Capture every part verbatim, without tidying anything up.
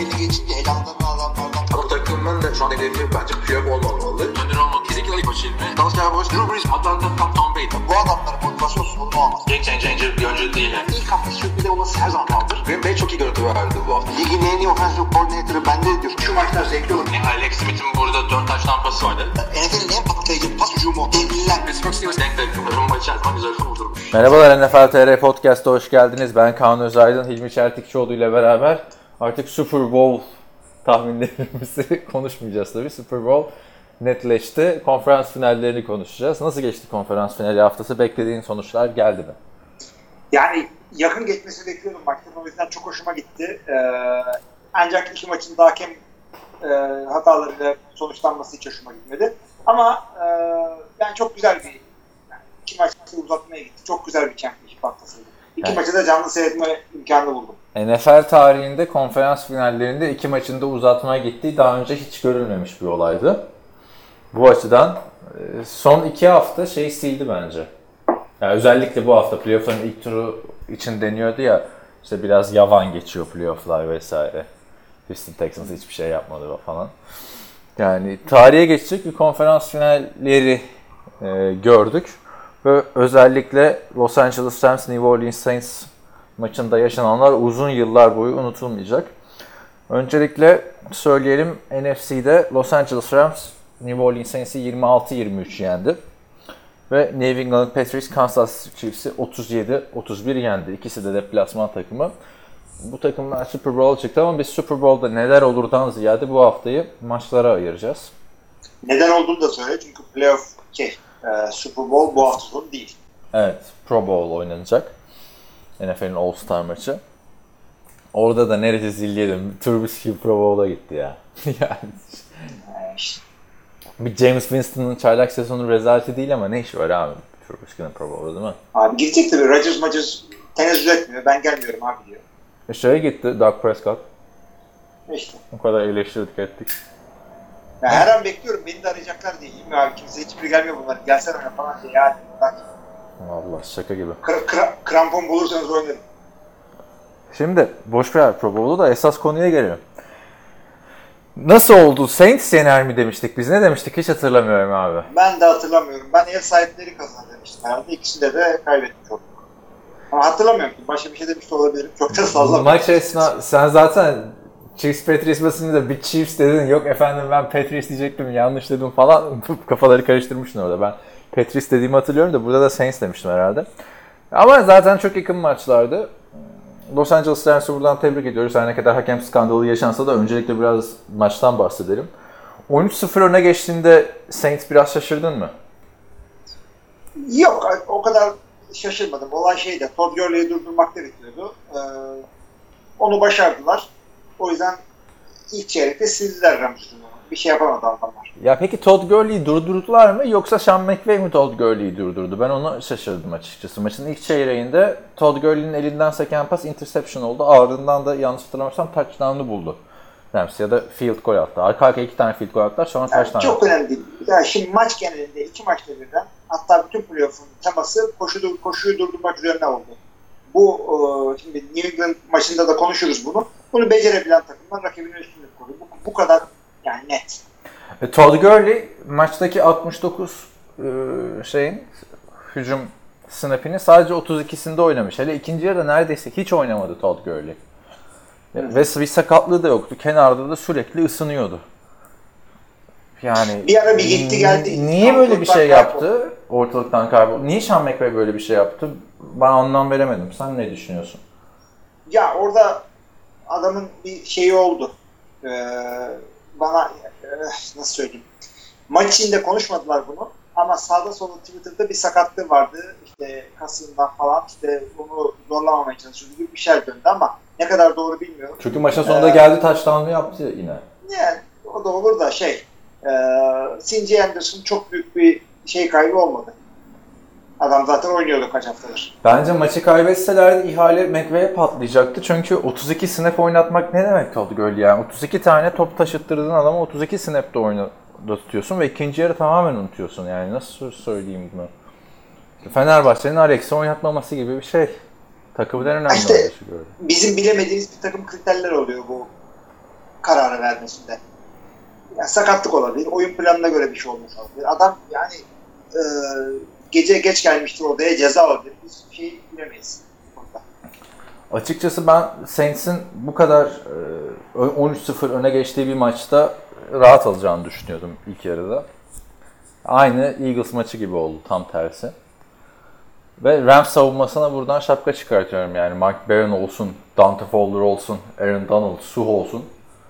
belli geçince elamlarını alanlardan. Ama takımın da şu an hedefi bence Piyok olmamalı. Önder olmak kesinlikle ilk başı ilmi. Dalsya Boş, Drew Brees, Atlanta, Tom Brady. Bu adamların motivasyon sorunu olmaz. Game changer bir oyuncu değil. Yani. İlk hafta sürpriz olması her zaman kaldır. Green Bay çok iyi görüntü verdi bu hafta. Ligin en iyi offensive coordinator'ı bende diyor. Şu maçlar zevkli olur. Yani Alex Smith'in burada dört taş tampası vardı. N F L'in en patlayıcı pas hücumu. Devliler. Pittsburgh Steelers denk denk. Rumba içerisinde güzel kurdurmuş. Merhabalar, N F L T R Podcast'a hoş geldiniz. Ben Kaan Özaydın, Hilmi Çeltikçioğlu ile beraber artık Super Bowl tahminlerimizi konuşmayacağız tabii. Super Bowl netleşti. Konferans finallerini konuşacağız. Nasıl geçti konferans finali haftası? Beklediğin sonuçlar geldi mi? Yani yakın geçmesini bekliyordum maçtan. O yüzden çok hoşuma gitti. Ee, ancak iki maçın da hakem e, hatalarıyla sonuçlanması hiç hoşuma gitmedi. Ama e, yani çok güzel bir yani iki maçı uzatmaya gitti. Çok güzel bir championship haftasıydı. İki Evet. maçı da canlı seyretme imkanı buldum. N F L tarihinde konferans finallerinde iki maçında uzatmaya gittiği daha önce hiç görülmemiş bir olaydı. Bu açıdan son iki hafta şey sildi bence. Yani özellikle bu hafta playoff'ların ilk turu için deniyordu ya, işte biraz yavan geçiyor playoff'lar vesaire. Houston Texans hiçbir şey yapmadı falan. Yani tarihe geçecek bir konferans finalleri e, gördük. Ve özellikle Los Angeles Rams, New Orleans Saints maçında yaşananlar uzun yıllar boyu unutulmayacak. Öncelikle söyleyelim, N F C'de Los Angeles Rams New Orleans Saints'i yirmi altı yirmi üç yendi. Ve New England Patriots Kansas City Chiefs'i otuz yedi otuz bir yendi. İkisi de deplasman takımı. Bu takımlar Super Bowl'a çıktı ama biz Super Bowl'da neler olurdan ziyade bu haftayı maçlara ayıracağız. Neden olduğunu da söyle çünkü playoff şey, e, Super Bowl bu hafta sonu değil. Evet, Pro Bowl oynanacak. N F L'in All-Star maçı. Orada da nerede zilledim. Trubisky Pro Bowl'a gitti ya. Yani E, işte. bir James Winston'ın çaylak sezonu rezaleti değil ama ne işi var abi Trubisky'nin Pro Bowl'da, değil mi? Abi gidecek tabii. Rodgers Rodgers tenezzül etmiyor. Ben gelmiyorum abi diyor. E şeye gitti Dak Prescott. İşte. O kadar eleştirdik ettik. Ya her an bekliyorum. Beni de arayacaklar diye. İyi mi abi? Kimse hiçbiri gelmiyor bunlar. Gelsene oyna falan diye. Yani bak. Vallahi şaka gibi. Kr- kr- krampon bulursanız oynarım. Şimdi boş ver Pro Bowl'u da esas konuya gelelim. Nasıl oldu? Saints yener mi demiştik biz? Ne demiştik? Hiç hatırlamıyorum abi. Ben de hatırlamıyorum. Ben ev sahipleri kazandı demiştim herhalde. İkisinde de kaybetmiş olduk. Ama hatırlamıyorum ki. Başka bir şey demiş de olabilirim. Çok da sallamıyorum. Maç esna sen zaten Chiefs Patriots basında bir Chiefs dedin. Yok efendim ben Patriots diyecektim. Yanlış dedim falan. Kafaları karıştırmışsın orada. Ben Patriots dediğimi hatırlıyorum da burada da Saints demiştim herhalde. Ama zaten çok yakın maçlardı. Los Angeles Rams'ı buradan tebrik ediyoruz. Her ne kadar hakem skandalı yaşansa da öncelikle biraz maçtan bahsedelim. on üç sıfır öne geçtiğinde Saints biraz şaşırdın mı? Yok. O kadar şaşırmadım. Olay şeyde. Todd Gurley'i durdurmakta bitiyordu. Ee, onu başardılar. O yüzden ilk çeyrekte sildiler Rams'ı. Bir şey yapamadı adamlar. Ya peki Todd Gurley'i durdurdular mı yoksa Sean McVay mi Todd Gurley'i durdurdu? Ben ona şaşırdım açıkçası. Maçın ilk çeyreğinde Todd Gurley'nin elinden seken pas interception oldu. Ardından da yanlış hatırlamıyorsam touchdown'u buldu. Rams ya da field goal attı. Arka arkaya iki tane field goal attılar, sonra Yani touchdown çok attı. önemli değil. Yani şimdi maç genelinde iki maçta birden hatta bütün playoff'un teması koşu, koşuyu durdurmak üzerine oldu. Bu e, şimdi New England maçında da konuşuruz bunu. Bunu becerebilen takımlar rakibinin üstünlük koruyor. Bu, bu kadar yani net. E, Todd Gurley maçtaki altmış dokuz e, şeyin hücum snap'ini sadece otuz ikisinde oynamış. Hele ikinci yarıda neredeyse hiç oynamadı Todd Gurley. Ve bir sakatlığı da yoktu. Kenarda da sürekli ısınıyordu. Yani Bir ara bir gitti geldi. Niye böyle bir şey Ortalıktan yaptı? Ortalıktan kayboldu. Niye Sean McVay böyle bir şey yaptı? Ben anlam veremedim. Sen ne düşünüyorsun? Ya orada adamın bir şeyi oldu. Ee, bana e, nasıl söyleyeyim? Maç içinde konuşmadılar bunu. Ama sağda solda Twitter'da bir sakatlığı vardı. İşte kasından falan işte onu zorlamamaya çalışıyordu gibi bir şey döndü ama ne kadar doğru bilmiyorum. Çünkü maçın sonunda Ee, geldi touchdown'u yaptı yine. Yani o da olur da şey e, C J Anderson çok büyük bir şey kaybı olmadı. Adam zaten oynuyordu kaç haftadır. Bence maçı kaybetselerdi ihale McVay'e patlayacaktı. Çünkü otuz iki snap oynatmak ne demek oldu Gurley yani? otuz iki tane top taşıttırdığın adamı otuz iki snap'te oynatıyorsun ve ikinci yarı tamamen unutuyorsun. Yani nasıl söyleyeyim bunu? Fenerbahçe'nin Alex'i oynatmaması gibi bir şey. Takımın en önemli İşte oyuncusu Gurley. bizim bilemediğimiz bir takım kriterler oluyor bu kararı vermesinde. Yani sakatlık olabilir, oyun planına göre bir şey olmuş olabilir. Adam yani e, gece geç gelmiştir odaya, ceza olabilir. Biz bir şey bilemeyiz. Burada. Açıkçası ben Saints'in bu kadar e, on üç sıfır öne geçtiği bir maçta rahat alacağını düşünüyordum ilk yarıda. Aynı Eagles maçı gibi oldu, tam tersi. Ve Rams savunmasına buradan şapka çıkartıyorum yani. Mark Barron olsun, Dante Fowler olsun, Aaron Donald, Suh olsun.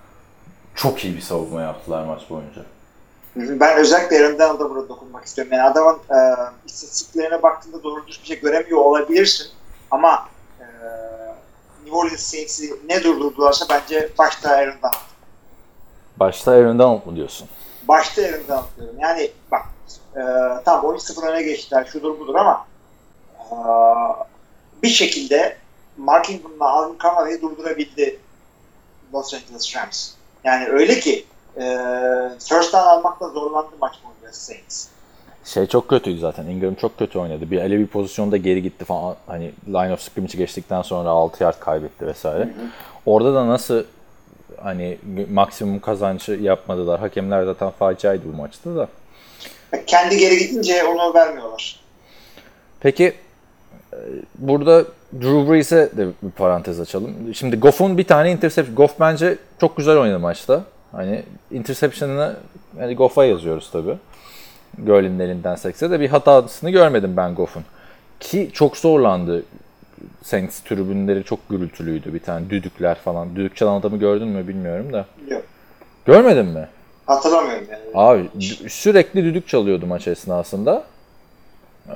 Çok iyi bir savunma yaptılar maç boyunca. Ben özellikle Aaron Donald'a burada dokunmak istiyorum. Yani adamın e, istatistiklerine baktığında doğru düzgün bir şey göremiyor olabilirsin. Ama e, New Orleans Saints'i ne durdurdularsa bence başta Aaron Donald. Başta Aaron Donald mı diyorsun? Başta Aaron Donald diyorum. Yani bak e, tamam on üç sıfır öne geçtiler, şudur budur ama e, bir şekilde Mark Ingram'la Alvin Kamara'yı durdurabildi Los Angeles Rams. Yani öyle ki e, first down almakta zorlandı maç boyunca Saints. Şey çok kötüydü zaten. Ingram çok kötü oynadı. Bir ele bir pozisyonda geri gitti falan. Hani line of scrimmage'i geçtikten sonra altı yard kaybetti vesaire. Hı hı. Orada da nasıl hani maksimum kazancı yapmadılar. Hakemler zaten faciaydı bu maçta da. Kendi geri gidince onu vermiyorlar. Peki burada Drew Brees'e de bir parantez açalım. Şimdi Goff'un bir tane interception. Goff bence çok güzel oynadı maçta. Hani interception'ını hani Goff'a yazıyoruz tabii. Gurley'nin elinden sekse de bir hatasını görmedim ben Goff'un. Ki çok zorlandı. Saints tribünleri çok gürültülüydü. Bir tane düdükler falan. Düdük çalan adamı gördün mü bilmiyorum da. Yok. Görmedin mi? Hatırlamıyorum yani. Abi sürekli düdük çalıyordu maç esnasında. Ee,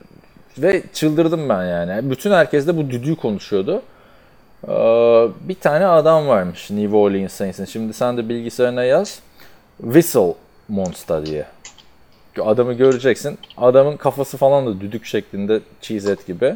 ve çıldırdım ben yani. Bütün herkes de bu düdüğü konuşuyordu. Ee, bir tane adam varmış New Orleans Saints'in. Şimdi sen de bilgisayarına yaz. Whistle Monster diye. Adamı göreceksin. Adamın kafası falan da düdük şeklinde, cheese et gibi.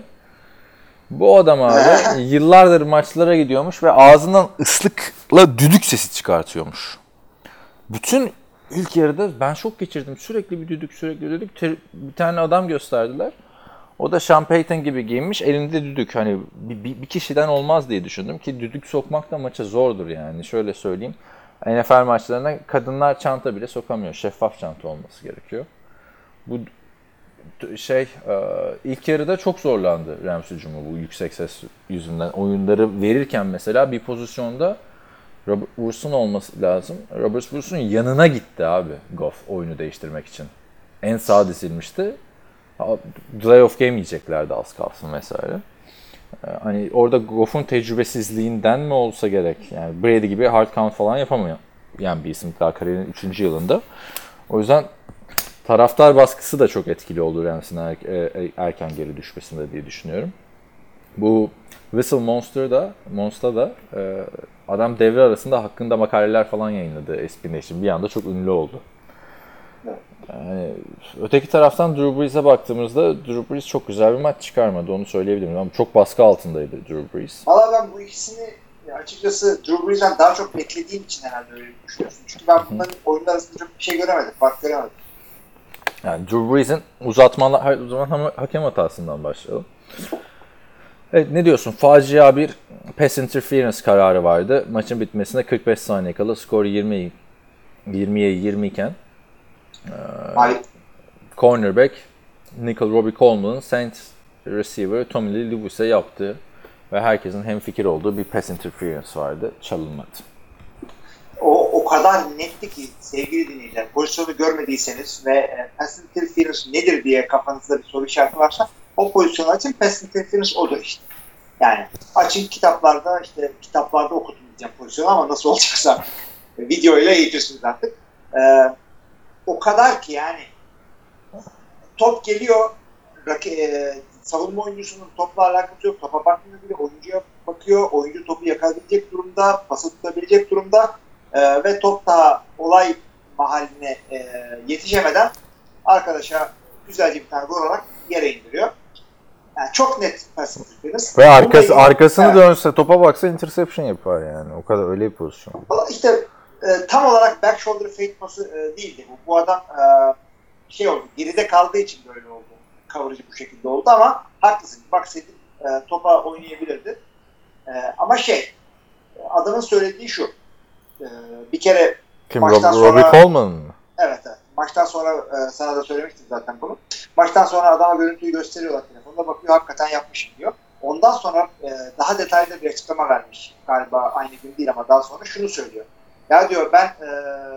Bu adam abi yıllardır maçlara gidiyormuş ve ağzından ıslıkla düdük sesi çıkartıyormuş. Bütün ilk yarıda ben şok geçirdim. Sürekli bir düdük, sürekli düdük. Bir tane adam gösterdiler. O da Sean Payton gibi giyinmiş. Elinde düdük. Hani bir, bir, bir kişiden olmaz diye düşündüm ki düdük sokmak da maça zordur yani. Şöyle söyleyeyim. N F L maçlarına kadınlar çanta bile sokamıyor. Şeffaf çanta olması gerekiyor. Bu şey ilk yarıda çok zorlandı Rams hücumu bu yüksek ses yüzünden. Oyunları verirken mesela bir pozisyonda Robert Woods'un olması lazım. Robert Woods'un yanına gitti abi Goff oyunu değiştirmek için. En sağa dizilmişti. Delay of game yiyeceklerdi az kalsın vesaire. Hani orada Goff'un tecrübesizliğinden mi olsa gerek. Yani Brady gibi hard count falan yapamıyor. Yani bir isim daha kariyerinin üçüncü yılında. O yüzden taraftar baskısı da çok etkili oldu Rams'in er, erken geri düşmesinde diye düşünüyorum. Bu Whistle Monster da, Monster da e, adam devre arasında hakkında makaleler falan yayınladı S B Nation. Bir anda çok ünlü oldu. Yani, öteki taraftan Drew Brees'e baktığımızda Drew Brees çok güzel bir maç çıkarmadı. Onu söyleyebilirim ama çok baskı altındaydı Drew Brees. Valla ben bu ikisini açıkçası Drew Brees'den daha çok beklediğim için herhalde öyle düşünüyorsun. Çünkü ben bunların oyunlar arasında çok bir şey göremedim. Fark göremedim. Yani Drew Brees'in uzatmalar, her zaman hakem hatasından başlayalım. Evet, ne diyorsun? Facia bir pass interference kararı vardı. Maçın bitmesine kırk beş saniye kala skor yirmi yirmiye yirmi iken Ay. cornerback Nickel Robbie Coleman'ın Saints receiver Tommy Lee Lewis'e yaptığı ve herkesin hemfikir olduğu bir pass interference vardı. Çalınmadı. O, o kadar netti ki sevgili dinleyiciler, pozisyonu görmediyseniz ve e, pass interference nedir diye kafanızda bir soru işareti varsa o pozisyonu açın, pass interference odur işte. Yani açın kitaplarda, işte kitaplarda okutun diyeceğim pozisyonu ama nasıl olacaksa video ile eğitirsiniz artık. Ee, o kadar ki yani top geliyor, rak- e, savunma oyuncusunun topla alakası yok, topa bakmıyor bile, oyuncuya bakıyor, oyuncu topu yakalayabilecek durumda, pası tutabilecek durumda. Ee, ve top daha olay mahalline e, yetişemeden arkadaşa güzelce bir tane vurarak yere indiriyor. Yani çok net pass interference. Ve arkası, Bunda, arkasını evet. dönse, topa baksa interception yapar yani. O kadar öyle bir pozisyon. İşte e, tam olarak back shoulder fake pası e, değildi. Bu, bu adam e, şey oldu, geride kaldığı için böyle oldu. Coverage'ı bu şekilde oldu ama haklısın. Baksaydı e, topa oynayabilirdi. E, ama şey, adamın söylediği şu. Ee, bir kere Kim? maçtan Rob- Robbie sonra- Coleman mı? evet, evet. Maçtan sonra e, sana da söylemiştim zaten bunu. Maçtan sonra adama görüntüyü gösteriyorlar telefonda. Bakıyor hakikaten yapmışım diyor. Ondan sonra e, daha detaylı bir açıklama vermiş. Galiba aynı gün değil ama daha sonra şunu söylüyor. Ya diyor ben e,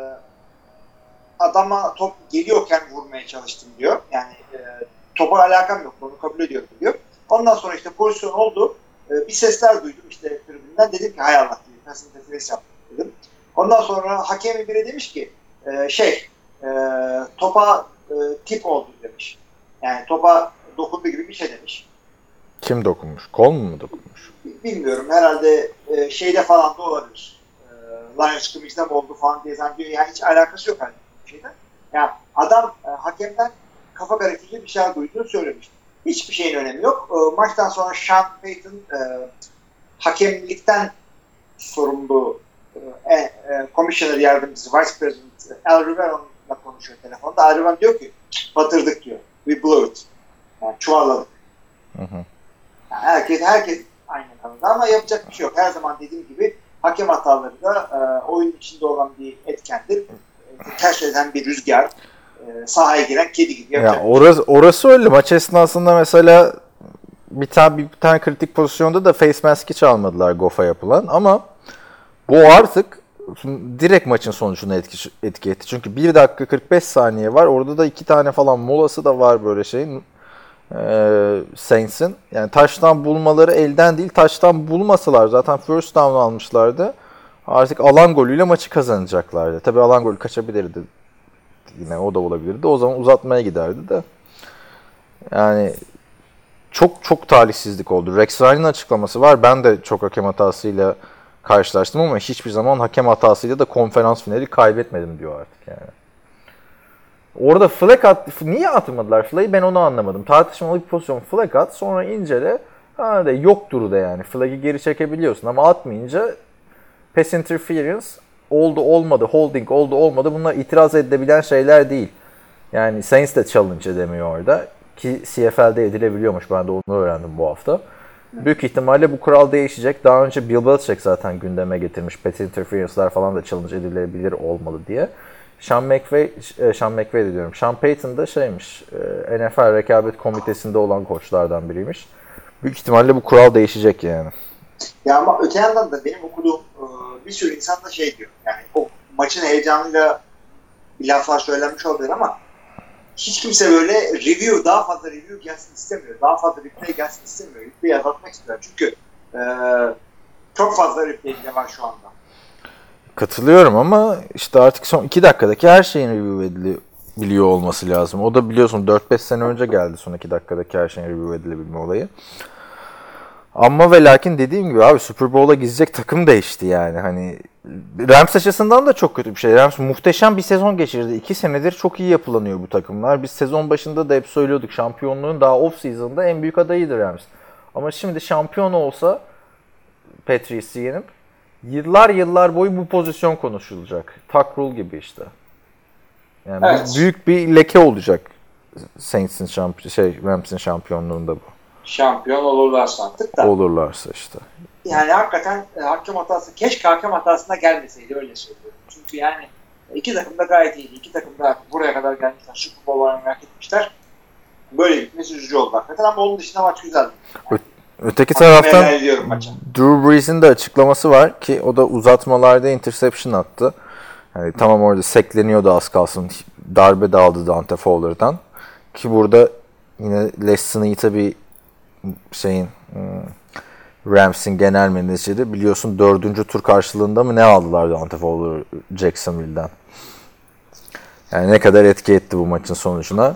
adama top geliyorken vurmaya çalıştım diyor. Yani e, topa alakam yok. Onu kabul ediyorum diyor. Ondan sonra işte pozisyon oldu. E, bir sesler duydum işte tribünden. Dedim ki hay Allah diye. Nasıl nefes yaptım dedim. Ondan sonra hakemin biri demiş ki e, şey e, topa e, tip oldu demiş. Yani topa dokundu gibi bir şey demiş. Kim dokunmuş? Coleman mı dokunmuş? Bilmiyorum. Herhalde e, şeyde falan da olabilir. E, Lions Scrimmage'de mi oldu falan diye zannediyor. Yani hiç alakası yok herhalde şeyden. Yani adam e, hakemden kafa karıştırıcı bir şey duyduğunu söylemiş. Hiçbir şeyin önemi yok. E, maçtan sonra Sean Payton e, hakemlikten sorumlu e, e, Commissioner yardımcısı Vice President Al Riveron'la konuşuyor telefonda. Al Riveron diyor ki batırdık diyor. We blew it. Yani çuvalladık. Hı hı. Yani herkes herkes aynı kanıda ama yapacak bir şey yok. Her zaman dediğim gibi hakem hataları da e, oyun içinde olan bir etkendir. E, ters eden bir rüzgar, e, sahaya giren kedi gibi yapacak. Ya orası, orası öyle. Maç esnasında mesela bir tane, bir tane kritik pozisyonda da face mask'i çalmadılar Goff'a yapılan ama bu artık direkt maçın sonucuna etki, etki etti. Çünkü bir dakika kırk beş saniye var. Orada da iki tane falan molası da var böyle şeyin. Ee, Saints'in. Yani taştan bulmaları elden değil. Taştan bulmasalar zaten first down almışlardı. Artık alan golüyle maçı kazanacaklardı. Tabii alan golü kaçabilirdi. Yine o da olabilirdi. O zaman uzatmaya giderdi de. Yani çok çok talihsizlik oldu. Rex Ryan'ın açıklaması var. Ben de çok hakem hatasıyla karşılaştım ama hiçbir zaman hakem hatasıyla da konferans finali kaybetmedim diyor artık yani. Orada flag at, niye atmadılar flag'ı ben onu anlamadım. Tartışmalı bir pozisyon flag at sonra incele. Ha de yoktur da yani. Flag'ı geri çekebiliyorsun ama atmayınca pass interference oldu olmadı, holding oldu olmadı bunlar itiraz edilebilen şeyler değil. Yani Saints de challenge edemiyor orada. Ki C F L'de edilebiliyormuş. Ben de onu öğrendim bu hafta. Büyük ihtimalle bu kural değişecek. Daha önce Bill Belichick zaten gündeme getirmiş. Pass interference'lar falan da challenge edilebilir olmalı diye. Sean McVay, Sean McVay diyorum. Sean Payton da şeymiş. N F L rekabet komitesinde olan koçlardan biriymiş. Büyük ihtimalle bu kural değişecek yani. Ya ama öte yandan da benim okuduğum bir sürü insan da şey diyor. Yani o maçın heyecanıyla bir laflar söylenmiş olabilir ama hiç kimse böyle review, daha fazla review gelsin istemiyor. Daha fazla replay gelsin istemiyor. Replay'i azaltmak istiyor. Çünkü e, çok fazla replay var şu anda. Katılıyorum ama işte artık son iki dakikadaki her şeyin review edilebiliyor olması lazım. O da biliyorsun dört beş sene önce geldi son iki dakikadaki her şeyin review edilebilme olayı. Ama ve lakin dediğim gibi abi Super Bowl'a gidecek takım değişti yani. Hani Rams açısından da çok kötü bir şey. Rams muhteşem bir sezon geçirdi. İki senedir çok iyi yapılanıyor bu takımlar. Biz sezon başında da hep söylüyorduk şampiyonluğun daha off season'da en büyük adayıydı Rams. Ama şimdi şampiyon olsa Patriots'ı yenip yıllar yıllar boyu bu pozisyon konuşulacak. Tuck Rule gibi işte. Yani evet. Büyük bir leke olacak Saints'in şamp- şey Rams'in şampiyonluğunda bu. Şampiyon olurlarsa artık da. Olurlarsa işte. Yani hakikaten e, hakem hatası, keşke hakem hatasına gelmeseydi öyle söylüyorum. Çünkü yani iki takım da gayet iyiydi. İki takım da buraya kadar gelmişler. Super Bowl'larını merak etmişler. Böyle gitmesi üzücü oldu hakikaten ama onun dışında maç güzeldi. Yani, öteki taraftan Drew Brees'in de açıklaması var ki o da uzatmalarda interception attı. Yani tamam orada sekleniyordu az kalsın. Darbe de aldı Dante Fowler'dan. Ki burada yine Les Snead tabii şeyin Rams'in genel menajeri biliyorsun dördüncü tur karşılığında mı ne aldılar Dante Fowler Jacksonville'den. Yani ne kadar etki etti bu maçın sonucuna.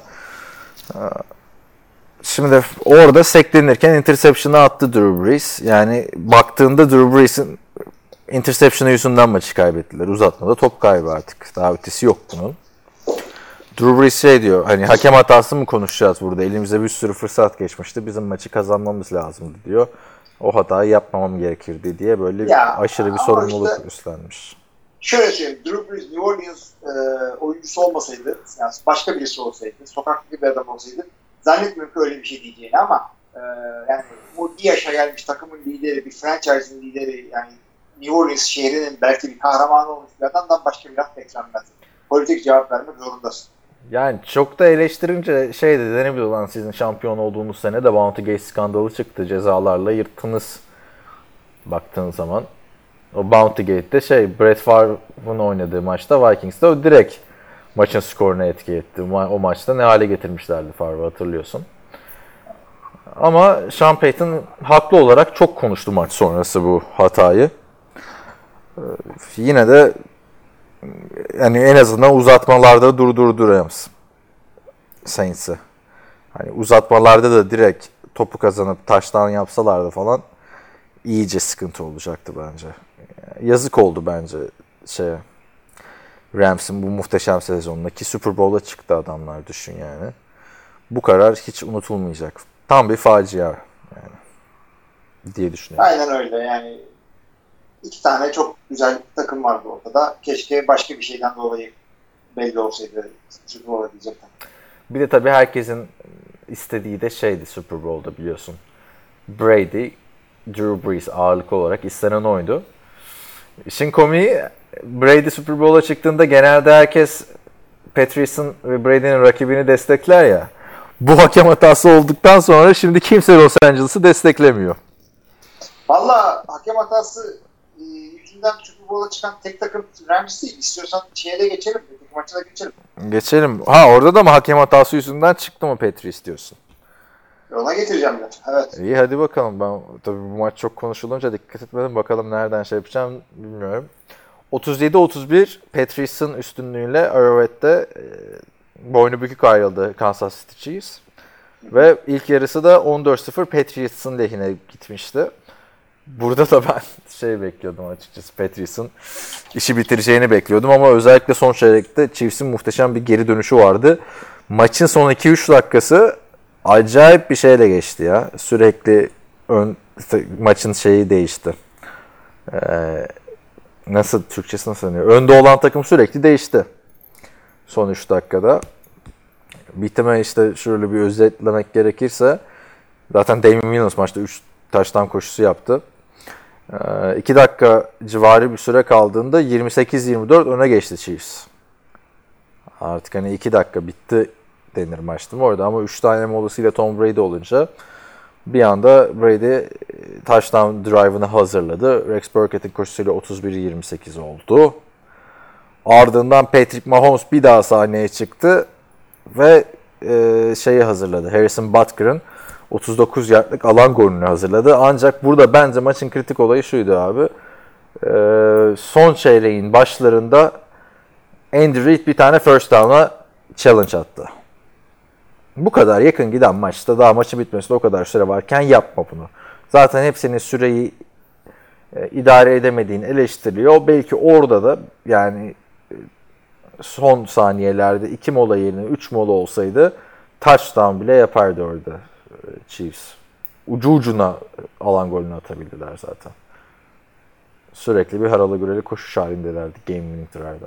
Şimdi orada seklenirken interception'ı attı Drew Brees. Yani baktığında Drew Brees'in interception'ı yüzünden maçı kaybettiler. Uzatmada top kaybı artık. Daha ötesi yok bunun. Drew Brees şey diyor, hani hakem hatası mı konuşacağız burada? Elimize bir sürü fırsat geçmişti. Bizim maçı kazanmamız lazımdı diyor. O hatayı yapmamam gerekirdi diye böyle ya, aşırı bir sorumluluk işte, üstlenmiş. Şöyle söyleyeyim, Drew Brees New Orleans e, oyuncusu olmasaydı, yani başka birisi olsaydı, sokaktaki bir adam olsaydı zannetmiyorum ki öyle bir şey diyeceğini ama e, yani bu bir yaşa gelmiş takımın lideri, bir franchise'ın lideri yani New Orleans şehrinin belki bir kahramanı olmuş bir adamdan başka bir laf beklenmez. Politik cevap vermek zorundasın. Yani çok da eleştirince şey de denebilir olan sizin şampiyon olduğunuz sene de Bounty Gate skandalı çıktı. Cezalarla yırttınız baktığın zaman. O Bounty Gate'de şey Brett Favre'ın oynadığı maçta Vikings'te o direkt maçın skoruna etki etti. O maçta ne hale getirmişlerdi Favre'ı hatırlıyorsun. Ama Sean Payton haklı olarak çok konuştu maç sonrası bu hatayı. Ee, yine de yani en azından uzatmalarda durdurdu Rams Saints'i. Hani uzatmalarda da direkt topu kazanıp touchdown yapsalardı falan iyice sıkıntı olacaktı bence. Yazık oldu bence şeye. Rams'in bu muhteşem sezonunda ki Super Bowl'a çıktı adamlar düşün yani. Bu karar hiç unutulmayacak. Tam bir facia yani diye düşünüyorum. Aynen öyle yani. İki tane çok güzel takım vardı ortada. Keşke başka bir şeyden dolayı belli olsaydı. Super Bowl'a diyecektim. Bir de tabii herkesin istediği de şeydi Super Bowl'da biliyorsun. Brady, Drew Brees ağırlıklı olarak istenen oydu. İşin komiği Brady Super Bowl'a çıktığında genelde herkes Patrice'in ve Brady'nin rakibini destekler ya. Bu hakem hatası olduktan sonra şimdi kimse Los Angeles'ı desteklemiyor. Valla hakem hatası e, yüzünden Super Bowl'a çıkan tek takım Rams değil. İstiyorsan şeye de geçelim. Tek maçına geçelim. Geçelim. Ha orada da mı hakem hatası yüzünden çıktı mı Patrice diyorsun? Ona getireceğim ben. Evet. İyi hadi bakalım. Ben tabii bu maç çok konuşulunca dikkat etmedim. Bakalım nereden şey yapacağım bilmiyorum. otuz yedi otuz bir Patrice'in üstünlüğüyle Arrowhead'de e, boynu bükük ayrıldı Kansas City Chiefs. Ve ilk yarısı da on dört sıfır Patriots'ın lehine gitmişti. Burada da ben şey bekliyordum açıkçası. Patriots'ın işi bitireceğini bekliyordum ama özellikle son çeyrekte Chiefs'in muhteşem bir geri dönüşü vardı. Maçın son iki üç dakikası acayip bir şeyle geçti ya. Sürekli ön, maçın şeyi değişti. Ee, nasıl Türkçesi nasıl deniyor? Önde olan takım sürekli değişti. Son üç dakikada. Bitime işte şöyle bir özetlemek gerekirse zaten Damien Williams maçta üç taştan koşusu yaptı. iki dakika civarı bir süre kaldığında yirmi sekiz yirmi dört öne geçti Chiefs. Artık hani iki dakika bitti denir maçtım orada ama üç tane molasıyla Tom Brady olunca bir anda Brady touchdown drive'ını hazırladı. Rex Burkhead'in koşusuyla otuz bir yirmi sekiz oldu. Ardından Patrick Mahomes bir daha sahneye çıktı ve e, şeyi hazırladı. Harrison Butker'ın otuz dokuz yardlık alan golünü hazırladı. Ancak burada bence maçın kritik olayı şuydu abi. Ee, son çeyreğin başlarında Andy Reid bir tane first down'a challenge attı. Bu kadar yakın giden maçta daha maçın bitmesine o kadar süre varken yapma bunu. Zaten hepsinin süreyi e, idare edemediğin eleştiriliyor. Belki orada da yani son saniyelerde iki mola yerine üç mola olsaydı touchdown bile yapardı orada Chiefs. Ucu ucuna alan golünü atabildiler zaten. Sürekli bir haralı güreli koşuş halindelerdi game winning drive'da.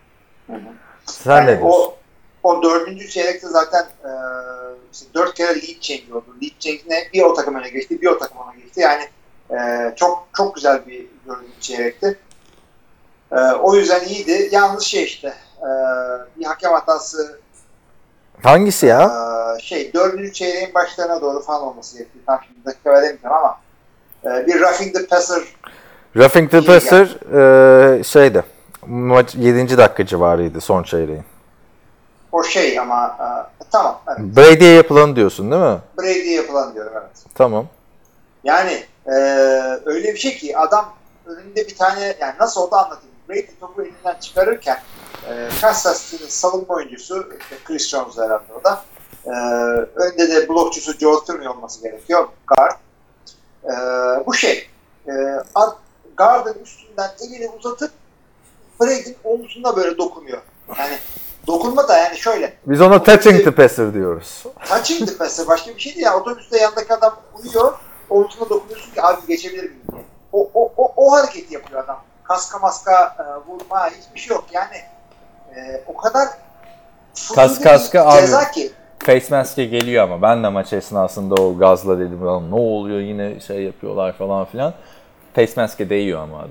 Sen yani ne diyorsun? O, o dördüncü çeyrekte zaten e, işte dört kere lead change oldu. Lead change ne? Bir o takım öne geçti, bir o takım öne geçti. Yani e, çok çok güzel bir dördüncü çeyrekti. E, o yüzden iyiydi. Yalnız şey işte e, bir hakem hatası hangisi ya? e, şey dördüncü çeyreğin başlarına doğru falan olması gerekiyor. Tam şimdi dakika veremeyeceğim ama e, bir roughing the passer Roughing the passer e, şeydi. Maç yedinci dakika civarıydı son çeyreğin. o şey ama e, tamam. Evet. Brady'ye yapılanı diyorsun değil mi? Brady'ye yapılan diyorum evet. Tamam. Yani e, öyle bir şey ki adam önünde bir tane yani nasıl oldu anlatayım. Brady topu elinden çıkarırken e, Kansas City'nin savunma oyuncusu işte Chris Jones herhalde o da e, önde de blokçusu Joe Thuney olması gerekiyor. Guard. E, bu şey e, guard'ın üstünden elini uzatıp Brady'nin omzuna böyle dokunuyor. Yani dokunma da yani şöyle. Biz ona touching the passer diyoruz. Touching the passer başka bir şey değil ya. Otobüste yanındaki adam uyuyor. Omzuna dokunuyorsun ki abi geçebilir miyim diye. O, o, o, o hareketi yapıyor adam. Kaska maska e, vurma hiçbir şey yok. Yani e, o kadar Kas kaska abi. Ceza ki. Face mask'e geliyor ama ben de maç esnasında o gazla dedim ne oluyor yine şey yapıyorlar falan filan. Face mask'e değiyor ama adam.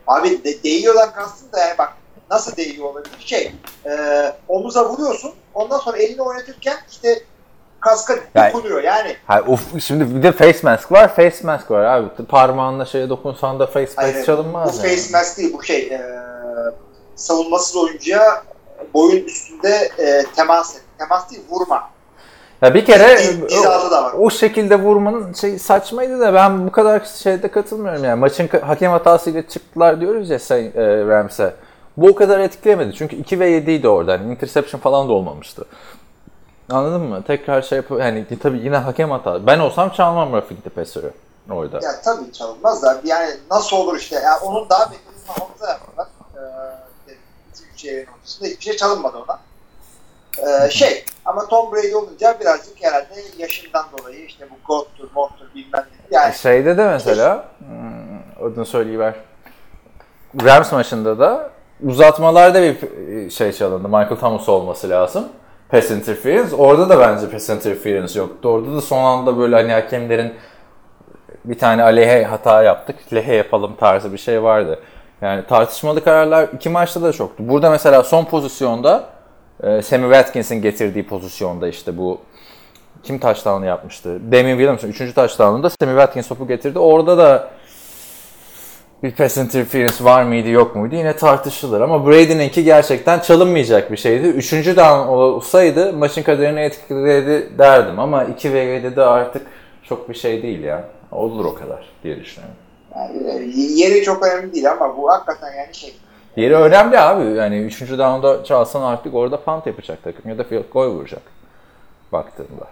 Abi de, değiyordan kastım da yani bak nasıl değiyor olabilir? Şey e, omuza vuruyorsun ondan sonra elini oynatırken işte kaska Yani- dokunuyor yani. Ha, of, şimdi bir de face mask var, face mask var abi. Parmağınla şeye dokunsan da face mask Hayır, çalınmaz bu yani. face mask değil bu şey e, savunmasız oyuncuya boyun üstünde e, temas et. Temas değil vurma. Ya bir kere Diz- dizaltı da var. o, o şekilde vurmanın şey saçmaydı da ben bu kadar şeyde katılmıyorum yani. Maçın ka- hakem hatasıyla çıktılar diyoruz ya Sayın e, Rams'e. Bu o kadar etkileyemedi. Çünkü iki ve yediydi orada. Yani interception falan da olmamıştı. Anladın mı? Tekrar şey yapıyor. Yani tabii yine hakem hatası. Ben olsam çalmam roughing the passer'ı orada. Ya tabii çalınmaz da yani nasıl olur işte. Yani onun daha beklediğini hafıza yaptılar. Ee, üçüncü çeyreğin ortasında hiçbir şey çalınmadı ona. Ee, şey ama Tom Brady olunca birazcık herhalde yaşından dolayı işte bu Gold'tur, Mott'tur bilmem ne. Yani Şeyde de mesela hmm, adını söyleyiver. Rams maçında da uzatmalarda bir şey çalındı. Michael Thomas olması lazım. Pass interference. Orada da bence pass interference yoktu. Orada da son anda böyle hani hakemlerin bir tane aleyhe hata yaptık, lehe yapalım tarzı bir şey vardı. Yani tartışmalı kararlar iki maçta da çoktu. Burada mesela son pozisyonda e, Sammy Watkins'in getirdiği pozisyonda işte bu kim touchdown'ı yapmıştı? Damien Williamson üçüncü touchdown'ında Sammy Watkins topu getirdi. Orada da bir pass interference var mıydı yok muydu yine tartışılır ama Brady'ninki gerçekten çalınmayacak bir şeydi. Üçüncü down olsaydı maçın kaderini etkiledi derdim ama iki ve yedide artık çok bir şey değil ya. Olur o kadar diye düşünüyorum. Yani yeri çok önemli değil ama bu hakikaten yani şey. Yeri önemli abi. Yani üçüncü down'da çalsan artık orada punt yapacak takım ya da field goal vuracak baktığında.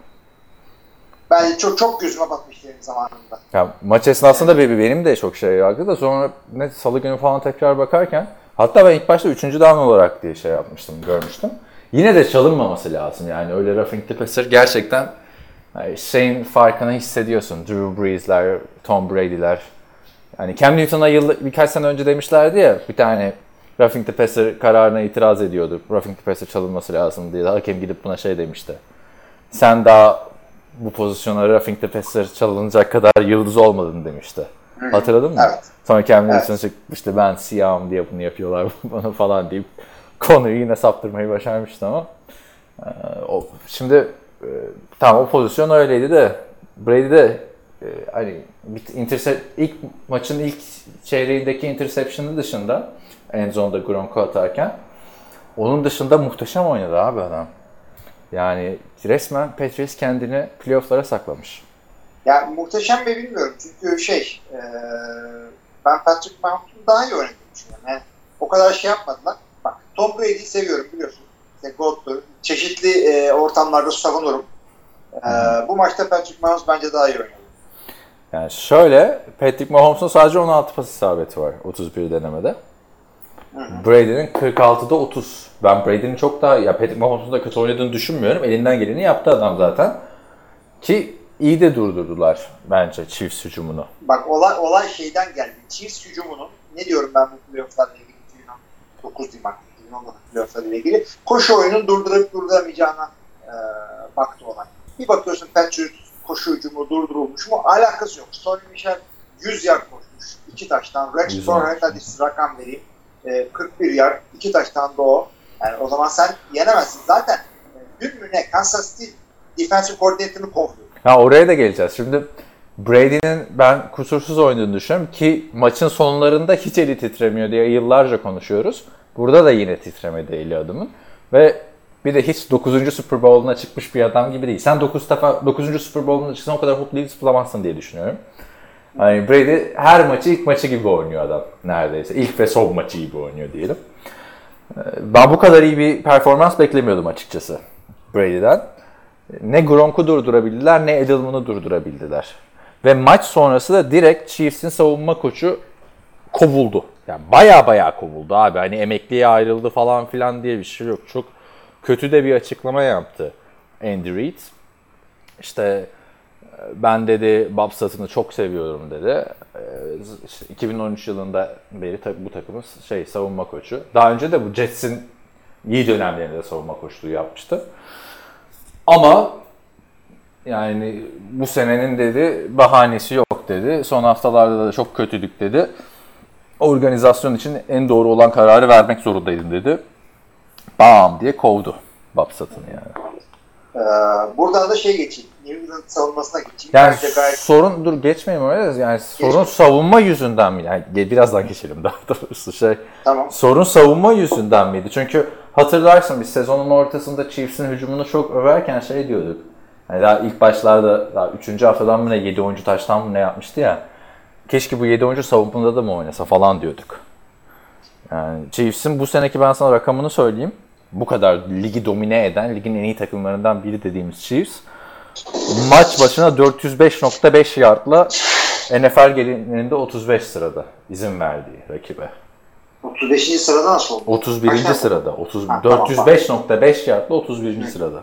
Ben çok çok gözüme batmış benim zamanında. Ya, maç esnasında benim, benim de çok şey vardı da sonra ne salı günü falan tekrar bakarken hatta ben ilk başta üçüncü down olarak diye şey yapmıştım, görmüştüm. Yine de çalınmaması lazım yani öyle roughing the passer gerçekten yani şeyin farkını hissediyorsun. Drew Brees'ler, Tom Brady'ler. Yani Cam Newton'a yıllık, birkaç sene önce demişlerdi ya bir tane roughing the passer kararına itiraz ediyordu. Roughing the passer çalınması lazım diye. Hakem gidip buna şey demişti. Sen daha bu pozisyona roughing the passer çalınacak kadar yıldız olmadın demişti. Hı-hı. Hatırladın mı? Evet. Sonra Cam Newton evet. çıkmıştı ben siyahım diye bunu yapıyorlar bana falan deyip konuyu yine saptırmayı başarmıştı ama e, o, şimdi e, tamam o pozisyon öyleydi de Brady de e, hani intercept, ilk maçın ilk çeyreğindeki interception'ı dışında end zone'da Gronk'u atarken onun dışında muhteşem oynadı abi adam. Yani resmen Patriots kendini playoff'lara saklamış. Ya muhteşem mi bilmiyorum çünkü şey e, ben Patrick Mahomes'un daha iyi oynadığını düşünüyorum. Yani o kadar şey yapmadılar. Bak Tom Brady'yi seviyorum biliyorsun. İşte Gold'dur. Çeşitli e, ortamlarda savunurum. E, bu maçta Patrick Mahomes bence daha iyi oynadı. Yani şöyle Patrick Mahomes'un sadece on altı pas isabeti var otuz bir denemede. Brady'nin kırk altıda otuz. Ben Brady'nin çok daha ya Patrick Mahomes'un da kötü oynadığını düşünmüyorum. Elinden geleni yaptı adam zaten. Ki iyi de durdurdular bence Chiefs hücumunu. Bak olay olay şeyden geldi. Chiefs hücumunun ne diyorum ben bu playoff'larla ilgili iki bin on dokuz diyeyim artık iki bin on dokuz playoff'larla ilgili koşu oyunun durdurup durduramayacağına e, baktı olay. Bir bakıyorsun Patriots koşu hücumu durdurulmuş mu? Alakası yok. Sonny Michel yüz yard koşmuş. iki taştan. Rex Burkhead hadi rakam vereyim. kırk bir yard, iki taştan da o. Yani o zaman sen yenemezsin. Zaten dün mü ne? Kansas City defensive coordinator'ını kovuyor. Ha oraya da geleceğiz. Şimdi Brady'nin ben kusursuz oynadığını düşünüyorum ki maçın sonlarında hiç eli titremiyor diye yıllarca konuşuyoruz. Burada da yine titremedi eli adamın. Ve bir de hiç dokuzuncu Super Bowl'una çıkmış bir adam gibi değil. Sen dokuz defa dokuzuncu Super Bowl'una çıksan o kadar mutlu zıplamazsın diye düşünüyorum. Yani Brady her maçı ilk maçı gibi oynuyor adam neredeyse. İlk ve son maçı gibi oynuyor diyelim. Ben bu kadar iyi bir performans beklemiyordum açıkçası Brady'den. Ne Gronk'u durdurabildiler ne Edelman'ı durdurabildiler. Ve maç sonrası da direkt Chiefs'in savunma koçu kovuldu. Yani baya baya kovuldu abi. Hani emekliye ayrıldı falan filan diye bir şey yok. Çok kötü de bir açıklama yaptı Andy Reid. İşte ben dedi Bob Sutton'ı çok seviyorum dedi. İşte iki bin on üç yılında beri bu takımın şey savunma koçu. Daha önce de bu Jets'in iyi dönemlerinde savunma koçluğu yapmıştı. Ama yani bu senenin dedi bahanesi yok dedi. Son haftalarda da çok kötüdük dedi. organizasyon için en doğru olan kararı vermek zorundaydım dedi. Bam diye kovdu Bob Sutton'ı yani. Ee, buradan da şey geçeyim. New England savunmasına geçeyim. Yani Bence gayet... sorun, dur geçmeyelim öyle. Yani sorun Geçme. savunma yüzünden mi? Yani birazdan geçelim daha doğrusu şey. Tamam. Sorun savunma yüzünden miydi? Çünkü hatırlarsın biz sezonun ortasında Chiefs'in hücumunu çok överken şey diyorduk. Yani daha ilk başlarda daha üçüncü haftadan mı ne yedi oyuncu taştan mı ne yapmıştı ya. Keşke bu yedi oyuncu savunmada da mı oynasa falan diyorduk. Yani Chiefs'in bu seneki ben sana rakamını söyleyeyim. Bu kadar ligi domine eden, ligin en iyi takımlarından biri dediğimiz Chiefs maç başına dört yüz beş nokta beş yardla N F L genelinde otuz beş sırada izin verdiği rakibe. otuz beşinci sırada nasıl oldu? otuz birinci Kaç sırada. otuz, ha, dört yüz beş nokta beş yardla otuz birinci Hı. sırada.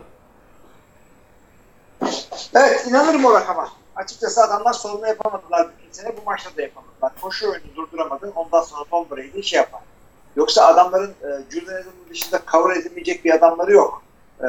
Evet, inanırım o rakama. Açıkçası adamlar savunma yapamadılar bütün sene. Bu maçta da yapamadılar. Koşu oyunu durduramadı. Ondan sonra Tom Brady şey yapar. Yoksa adamların e, Jordan Adams'ın dışında cover edilmeyecek bir adamları yok. E,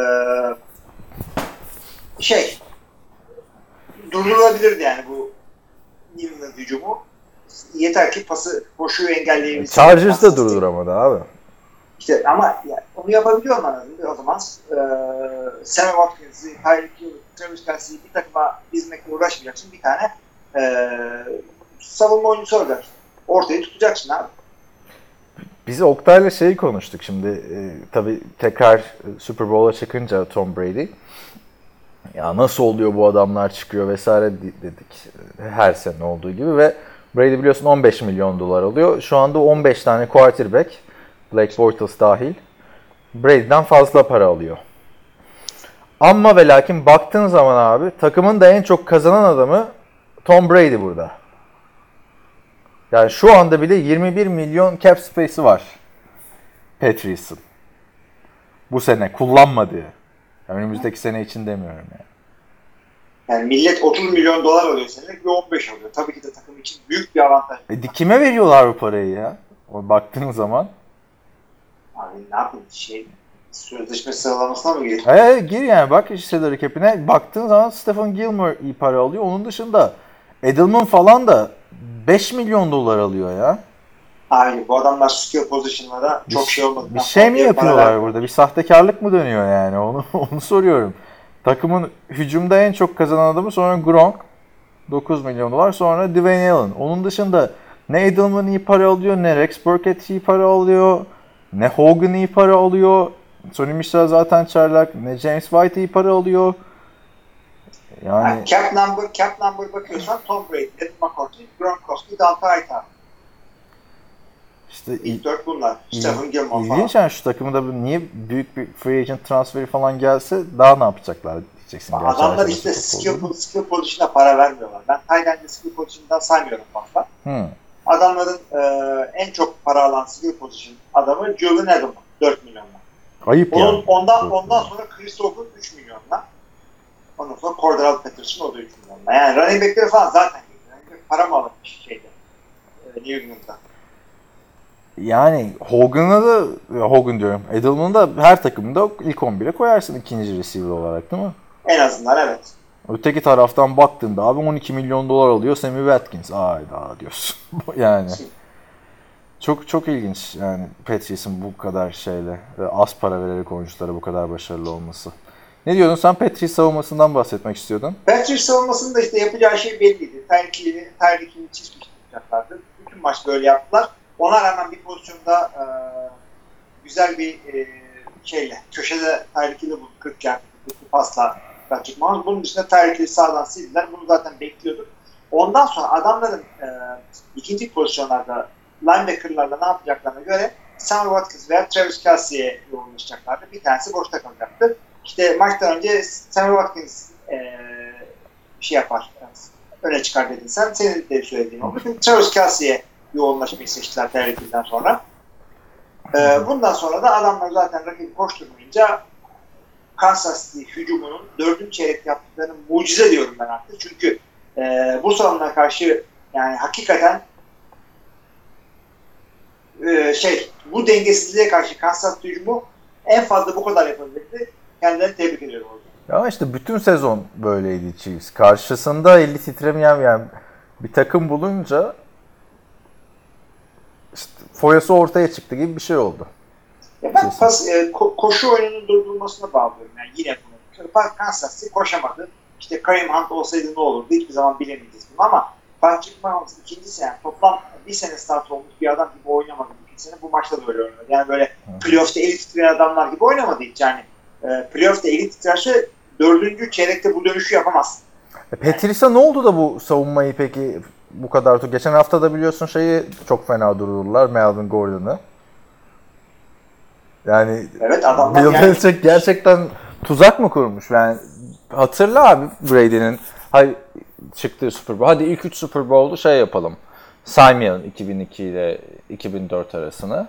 şey durdurulabilirdi yani bu New England hücumu. Yeter ki pası, koşuyu engelleyebilsin. Chargers da durduramadı abi. İşte ama yani onu yapabiliyor mu o zaman? E, Sammy Watkins'i, Tyreek Hill, Travis Kelce'yi bir takıma dizmekle uğraşmayacaksın. Bir tane e, savunma oyuncusu olacaksın. Ortayı tutacaksın abi. Biz Oktay'la şeyi konuştuk şimdi. E, tabii tekrar Super Bowl'a çıkınca Tom Brady. Ya nasıl oluyor bu adamlar çıkıyor vesaire dedik. Her sene olduğu gibi ve Brady biliyorsun on beş milyon dolar alıyor. Şu anda on beş tane quarterback, Blake Bortles dahil, Brady'den fazla para alıyor. Ama ve lakin baktığın zaman abi takımın da en çok kazanan adamı Tom Brady burada. Yani şu anda bile yirmi bir milyon cap space'i var Patriots'ın. Bu sene kullanmadığı. Yani önümüzdeki sene için demiyorum yani. Yani millet otuz milyon dolar alıyor senelik ve on beş alıyor. Tabii ki de takım için büyük bir avantaj. E, kime veriyorlar bu parayı ya? O baktığın zaman. Abi ne yapayım şey sözleşme sıralamasına mı gir? E, gir yani bak işte salary cap'ine. Baktığın zaman Stephen Gilmore iyi para alıyor. Onun dışında Edelman falan da beş milyon dolar alıyor ya. Abi bu adamlar skill position'lara çok bir, şey olmadı. Bir şey mi yapıyorlar burada? Bir sahtekarlık mı dönüyor yani? Onu onu soruyorum. Takımın hücumda en çok kazanan adamı sonra Gronk dokuz milyon dolar, sonra Dwayne Allen. Onun dışında ne Edelman iyi para alıyor, ne Rex Burkhead iyi para alıyor, ne Hogan iyi para alıyor. Sonny Michel zaten çaylak, ne James White iyi para alıyor. Yani, yani cap number cap number bakıyorsan Tom Brady, Eddie McCourty, Gronkowski, Dante Hightower. İşte İlk dört bunlar. Stephen Gilmore falan. İlginç yani şu takımda niye büyük bir free agent transferi falan gelse daha ne yapacaklar diyeceksin. Adamlar işte skill, skill position'a para vermiyorlar. Ben Tayland'de skill position'dan saymıyorum fazla. Hmm. Adamların e, en çok para alan skill position adamı Julian Edelman dört milyonla. Ayıp Onun, yani. Ondan, ondan sonra Chris Hogan üç milyonla. Ondan sonra Cordell Patterson o da üç milyonla. Yani running back'leri falan zaten running back para mı alınmış şeyde e, New England'da. Yani Hogan'a da, Hogan diyorum, Edelman'ı da her takımda ilk on bire koyarsın ikinci receiver olarak değil mi? En azından evet. Öteki taraftan baktığında abi on iki milyon dolar alıyor Sammy Watkins. Ayda diyorsun. Yani çok çok ilginç yani Patriots'ın bu kadar şeyle az para vererek oyunculara bu kadar başarılı olması. Ne diyordun sen? Patriots savunmasından bahsetmek istiyordun. Patriots savunmasında işte yapacağı şey belliydi. Tyreek Hill'i çizmişlerdi. Bütün maç böyle yaptılar. Ona rağmen bir pozisyonda e, güzel bir e, şeyle, köşede Tyreek Hill'i buldu. kırk yard pasla Patrick Mahomes. Bunun dışında Tyreek Hill'i sağdan sildiler. Bunu zaten bekliyorduk. Ondan sonra adamların e, ikinci pozisyonlarda linebacker'larla ne yapacaklarına göre Sammy Watkins veya Travis Kelce'ye yoğunlaşacaklardı. Bir tanesi boşta kalacaktı. İşte maçtan önce Sammy Watkins e, şey yapar, öne çıkar dedin sen. Senin de söylediğin oldu. Şimdi Travis Kelce'ye yoğunlaşmayı seçtiler Tyreek Hill'den sonra. E, bundan sonra da adamlar zaten rakibi koşturmayınca Kansas City hücumunun dördüncü çeyrek yaptıklarını mucize diyorum ben artık. Çünkü e, bu savunmaya karşı yani hakikaten e, şey bu dengesizliğe karşı Kansas City hücumu en fazla bu kadar yapabildi. Kendilerini tebrik ediyorum orada. Ya işte bütün sezon böyleydi Chiefs. Karşısında eli titremeyen yani bir takım bulunca foyası ortaya çıktı gibi bir şey oldu. Ya ben pas, e, ko- koşu oyununun durdurulmasına bağlıyorum. Yani yine bunu. Kansas City koşamadı. İşte Kareem Hunt olsaydı ne olurdu? Hiçbir zaman bilemeyeceğiz bunu ama Patrick Mahomes ikinci sene toplam bir sene start olmuş bir adam gibi oynamadı ikinci sene. Bu maçta da öyle oynadı. Yani böyle playoff'ta elit titreyen adamlar gibi oynamadı hiç. Yani e, playoff'ta elit titrerse dördüncü çeyrekte bu dönüşü yapamaz. E, Patrice'a ne oldu da bu savunmayı peki bu kadar tut? Geçen hafta da biliyorsun şeyi çok fena durdurdular, Melvin Gordon'ı. Yani evet, adamlar Bill yani... Belichick gerçekten tuzak mı kurmuş? Yani hatırla abi Brady'nin hay çıktığı Super Bowl. Hadi ilk üç Super Bowl'u şey yapalım. Saymayalım iki bin iki ile iki bin dört arasını.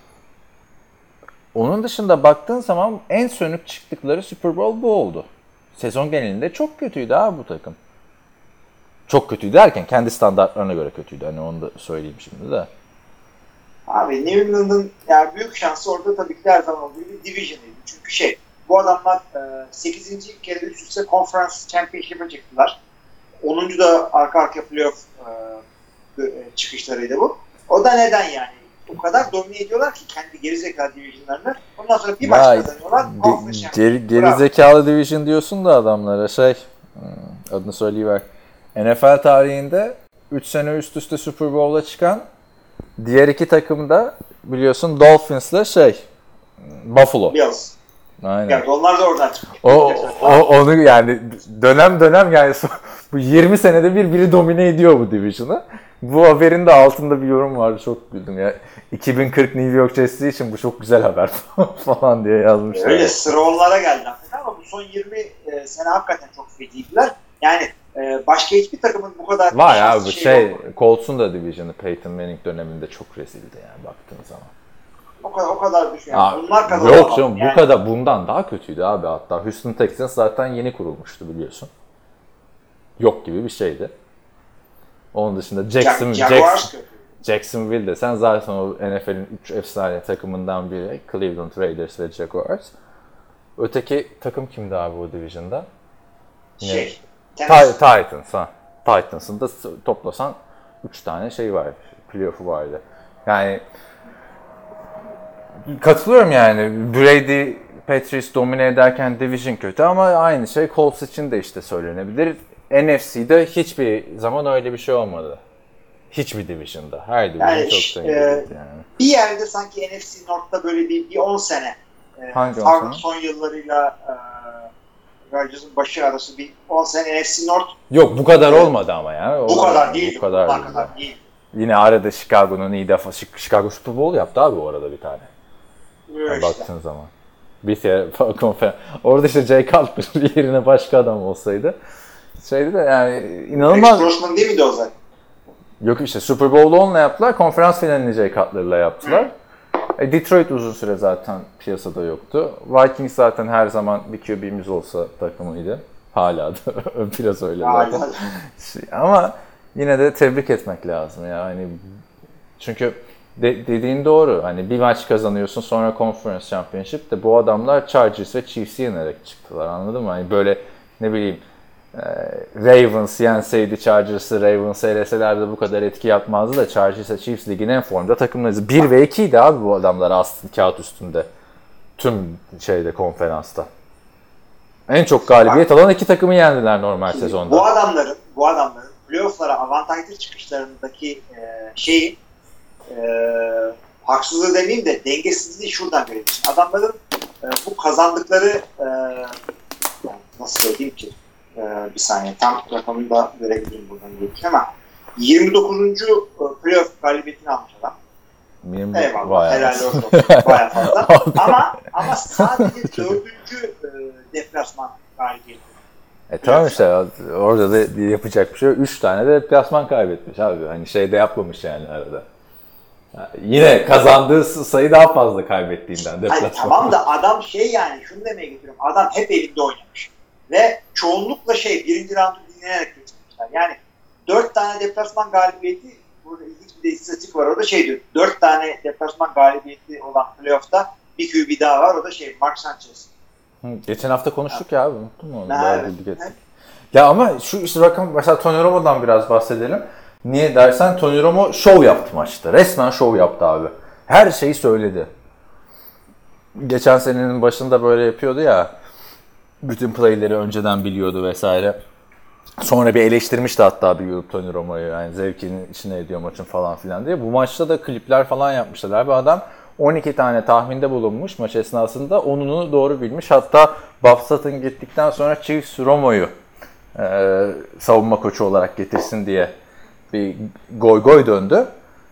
Onun dışında baktığın zaman en sönük çıktıkları Super Bowl bu oldu. Sezon genelinde çok kötüydü abi bu takım. Çok kötüydü derken kendi standartlarına göre kötüydü. Hani onu da söyleyeyim şimdi de. Abi New England'ın yani büyük şansı orada tabii ki her zaman olduğu gibi division'ıydı. Çünkü şey, bu adamlar sekizinci kere üst üste Conference Championship'e çıktılar. onuncu da arka arka playoff e, çıkışlarıydı bu. O da neden yani? O kadar domine ediyorlar ki kendi gerizekalı division'larını. Ondan sonra bir maç kazanıyorlar. Ge- geri, gerizekalı division diyorsun da adamlara şey, adını söyleyiver. N F L tarihinde üç sene üst üste Super Bowl'a çıkan diğer iki takım da biliyorsun Dolphins'la şey, Buffalo. Bills. Aynen. Yani onlar da oradan çıkıyor. O, o onu yani dönem dönem yani bu yirmi senede bir biri domine ediyor bu division'ı. Bu haberin de altında bir yorum vardı, çok güldüm ya. iki bin kırk New York Jets'i için bu çok güzel haber falan diye yazmışlar. Öyle sıra onlara geldi ama bu son yirmi e, sene hakikaten çok feciydiler. Yani e, başka hiçbir takımın bu kadar var ya bu şey, şey Colts'un da division'ı Peyton Manning döneminde çok rezildi yani baktığın zaman. O kadar o kadar düşün. Yani. Aa, Bunlar kazanamaz. yok canım yani. bu kadar bundan daha kötüydü abi hatta. Houston Texans zaten yeni kurulmuştu biliyorsun. Yok gibi bir şeydi. Onun dışında Jackson, Ja- Jackson, Jacksonville'de sen zaten o N F L'in üç efsane takımından biri Cleveland Raiders ve Jaguars. Öteki takım kimdi abi o division'da? Şey, Ti- Titans ha. Titans'ın da toplasan üç tane şey var. Playoff'u vardı. Yani katılıyorum yani. Brady, Patriots domine ederken division kötü ama aynı şey Colts için de işte söylenebilir. N F C'de hiçbir zaman öyle bir şey olmadı. Hiçbir division'da. Her division yani, çok e, dengeli yani. Bir yerde sanki N F C North'ta böyle bir, bir on sene e, Hangi Favre'ın son yıllarıyla e, Rodgers'ın başı arası bir on sene N F C North. Yok bu kadar olmadı ama ya. Bu kadar değil. Bu kadar, bu kadar değil. Yine arada Chicago'nun iyi defa Chicago Super Bowl yaptı abi o arada bir tane. Yani işte. baktığın zaman. Bir kere konferans. Orada işte Jay Cutler yerine başka adam olsaydı. Şeydi de yani inanılmaz. Grossman değil miydi o zaten? Yok işte Super Bowl'u onunla yaptılar. Konferans finalini Jay Cutler'la yaptılar. E, Detroit uzun süre zaten piyasada yoktu. Vikings zaten her zaman bir Q B'miz olsa takımıydı. Hala da biraz öyle zaten. Şey, ama yine de tebrik etmek lazım ya. Hani çünkü de, dediğin doğru. Hani bir maç kazanıyorsun sonra Conference Championship de bu adamlar Chargers ve Chiefs'i yenerek çıktılar. Anladın mı? Hani böyle ne bileyim Ravens yenseydi Chargers'ı Ravens eleselerdi bu kadar etki yapmazdı da Chargers'a Chiefs ligin en formda takımlarıydı. bir ve ikiydi abi bu adamlar aslında kağıt üstünde. Tüm şeyde konferansta. En çok galibiyet alan iki takımı yendiler normal Şimdi sezonda. Bu adamların bu adamların playoff'lara avantajlı çıkışlarındaki e, şeyi e, haksızlığı demeyeyim de dengesizliği şuradan görebilirsin. Adamların e, bu kazandıkları e, nasıl söyleyeyim ki Ee, bir saniye tam rakamını da verebilirim buradan gelirken ama yirmi dokuzuncu playoff galibiyetini almış adam. Benim eyvallah helal olsun. Bayağı fazla. ama ama sadece dördüncü e, deplasman galibiyeti. E tamam işte orada da yapacak bir şey yok. Üç tane de deplasman kaybetmiş abi. Hani şey de yapmamış yani arada. Yani yine kazandığı sayı daha fazla kaybettiğinden deplasman. Hani tamam da adam şey yani şunu demeye getiriyorum. Adam hep elinde oynamış. Ve çoğunlukla şey birinci roundu dinleyerek geçirmişler. Yani dört tane deplasman galibiyeti, burada ilginç bir de istatistik var orada şey diyor. Dört tane deplasman galibiyeti olan playoff'ta bir Q B daha var o da şey Mark Sanchez. Hı, geçen hafta konuştuk ya abi unuttun mu onu? Ha, evet. Ya ama şu işte rakam mesela Tony Romo'dan biraz bahsedelim. Niye dersen Tony Romo şov yaptı maçta. Resmen şov yaptı abi. her şeyi söyledi. Geçen senenin başında böyle yapıyordu ya. Bütün playleri önceden biliyordu vesaire. Sonra bir eleştirmişti hatta bir YouTube Tony Romo'yu. Yani zevkinin içine ediyor maçın falan filan diye. Bu maçta da klipler falan yapmışlar. Bir adam on iki tane tahminde bulunmuş maç esnasında. Onunu doğru bilmiş. Hatta Bob Sutton gittikten sonra Chiefs Romo'yu e, savunma koçu olarak getirsin diye bir goy goy döndü.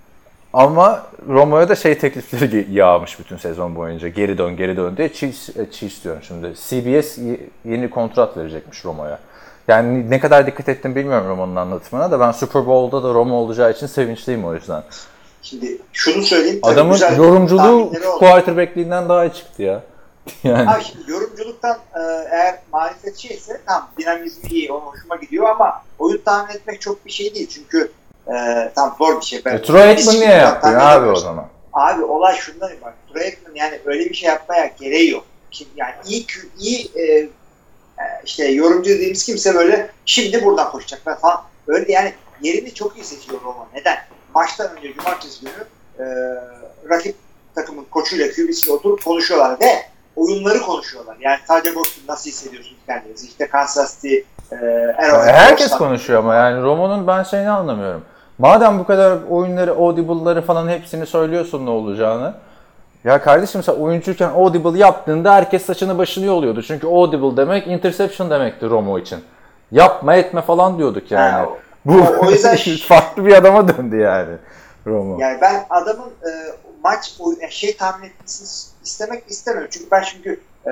Ama Romo'ya da şey teklifleri yağmış bütün sezon boyunca. Geri dön, geri dön diye. Chiefs, Chiefs diyorum şimdi. C B S yeni kontrat verecekmiş Romo'ya. Yani ne kadar dikkat ettim bilmiyorum Romo'nun anlatımına da ben Super Bowl'da da Romo olacağı için sevinçliyim o yüzden. Şimdi şunu söyleyeyim. Adamın yorumculuğu quarterback'liğinden daha iyi çıktı ya. Yani. Abi şimdi yorumculuktan e, eğer marifet şeyse tamam dinamizmi iyi, o hoşuma gidiyor ama oyun tahmin etmek çok bir şey değil çünkü e, tam zor bir şey. Ben, e, Troy Aikman niye yapıyor abi o zaman? Abi olay şundan bak. Troy Aikman yani öyle bir şey yapmaya gereği yok. Şimdi yani iyi iyi e, işte yorumcu dediğimiz kimse böyle şimdi buradan koşacaklar falan. Öyle yani yerini çok iyi seçiyor Roma. Neden? Maçtan önce cumartesi günü e, rakip takımın koçuyla Q B'siyle oturup konuşuyorlar ve oyunları konuşuyorlar. Yani sadece boşluk nasıl hissediyorsunuz kendinizi? İşte Kansas City, e, herkes Boston konuşuyor ama yani Romo'nun ben şeyini anlamıyorum. Madem bu kadar oyunları, audible'ları falan hepsini söylüyorsun ne olacağını. Ya kardeşim sen oyuncuyken audible yaptığında herkes saçını başını yoluyordu. Çünkü audible demek interception demekti Romo için. Yapma etme falan diyorduk yani. Ha, bu o, o yüzden farklı bir adama döndü yani Romo. Yani ben adamın e, maç şey tahmin etmesini istemek istemiyorum. Çünkü ben çünkü e,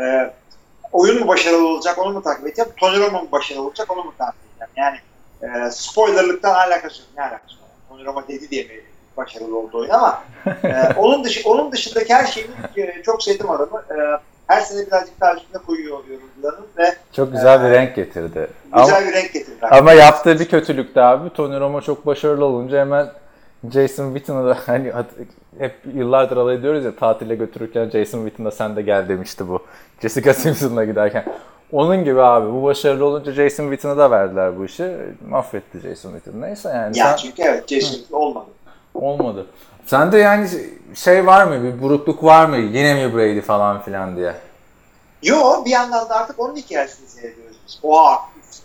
oyun mu başarılı olacak onu mu takip edeceğim? Tony Romo mu başarılı olacak onu mu takip edeceğim? Yani e, spoilerlıktan alakası yok. Ne alakası var? Tony Romo dedi diye mi başarılı oldu oyun ama e, onun dışı onun dışındaki her şeyini e, çok sevdim adamı. E, her sene birazcık daha üstüne koyuyor yorumcuların ve çok güzel e, bir renk getirdi. Güzel ama, bir renk getirdi. Ama yaptığı bir kötülük de abi. Tony Romo çok başarılı olunca hemen Jason Witten'a da hani hep yıllardır alay ediyoruz ya tatile götürürken Jason Witten'a sen de gel demişti bu. Jessica Simpson'la giderken. Onun gibi abi bu başarılı olunca Jason Witten'a da verdiler bu işi. Mahvetti Jason Witten. Neyse yani. Ya sen... çünkü evet Jason Witten olmadı. Olmadı. Sende yani şey var mı? Bir burukluk var mı? Yine mi Brady falan filan diye. Yo bir yandan da artık onun hikayesini seyrediyoruz biz. Oha.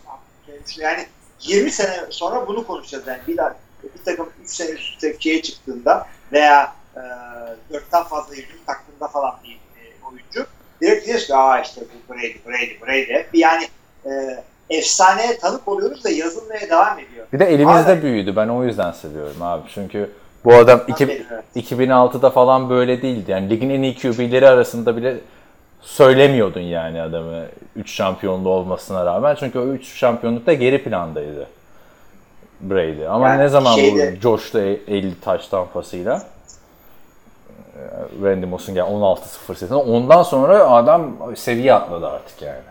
Yani yirmi sene sonra bunu konuşacağız yani. Bir, daha, bir takım üç sene üst üste şeye çıktığında veya e, dörtten fazla yüzük taktığında falan bir e, oyuncu. Direkt diyeceğiz ki aa işte bu Brady, Brady, Brady. Bir yani e, efsaneye tanık oluyoruz da yazılmaya devam ediyor. Bir de elimizde abi, büyüdü. Ben o yüzden seviyorum abi. Çünkü bu adam iki, iki bin altıda falan böyle değildi. Yani ligin en iyi Q B'leri arasında bile söylemiyordun yani adamı üç şampiyonlu olmasına rağmen. Çünkü o üç şampiyonlukta geri plandaydı Brady. Ama yani ne zaman şeyde, bu coştu elli taştan pasıyla Randy Moss'un gel on altı sıfır setinde. Ondan sonra adam seviye atladı artık yani.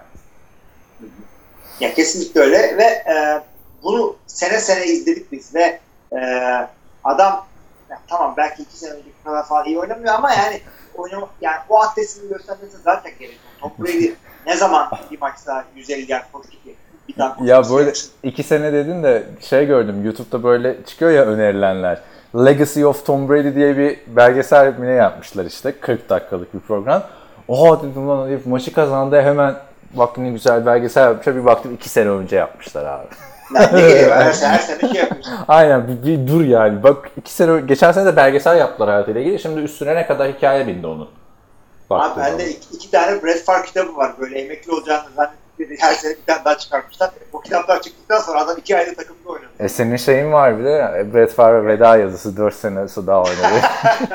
Ya kesinlikle öyle ve e, bunu sene sene izledik biz ve e, adam ya, tamam belki iki sene önce kadar falan iyi oynamıyor ama yani oynama, yani o atletizmi göstermesi zaten gerekiyor. Tom Brady ne zaman bir maçta yüz elli yard koştu ki? Bir tane ya böyle iki sene dedin de şey gördüm YouTube'da böyle çıkıyor ya önerilenler. Legacy of Tom Brady diye bir belgesel mi ne yapmışlar işte kırk dakikalık bir program. Oha dedim lan herif maçı kazandı hemen bak ne güzel belgesel yapmışlar bir baktım iki sene önce yapmışlar abi. Yani ne geliyor her sene, her sene şey yapıyorsun. Aynen bir, bir dur yani bak iki sene geçen sene de belgesel yaptılar hayatıyla ilgili şimdi üstüne ne kadar hikaye bindi onun. Abi bende iki, iki tane Brett Favre kitabı var böyle emekli olacağını zannettiğim her sene bir tane daha çıkartmışlar. O kitaplar çıktıktan sonra adam iki ayrı takımda oynadı. E senin şeyin var bir de Brett Favre veda yazısı dört sene daha oynadı.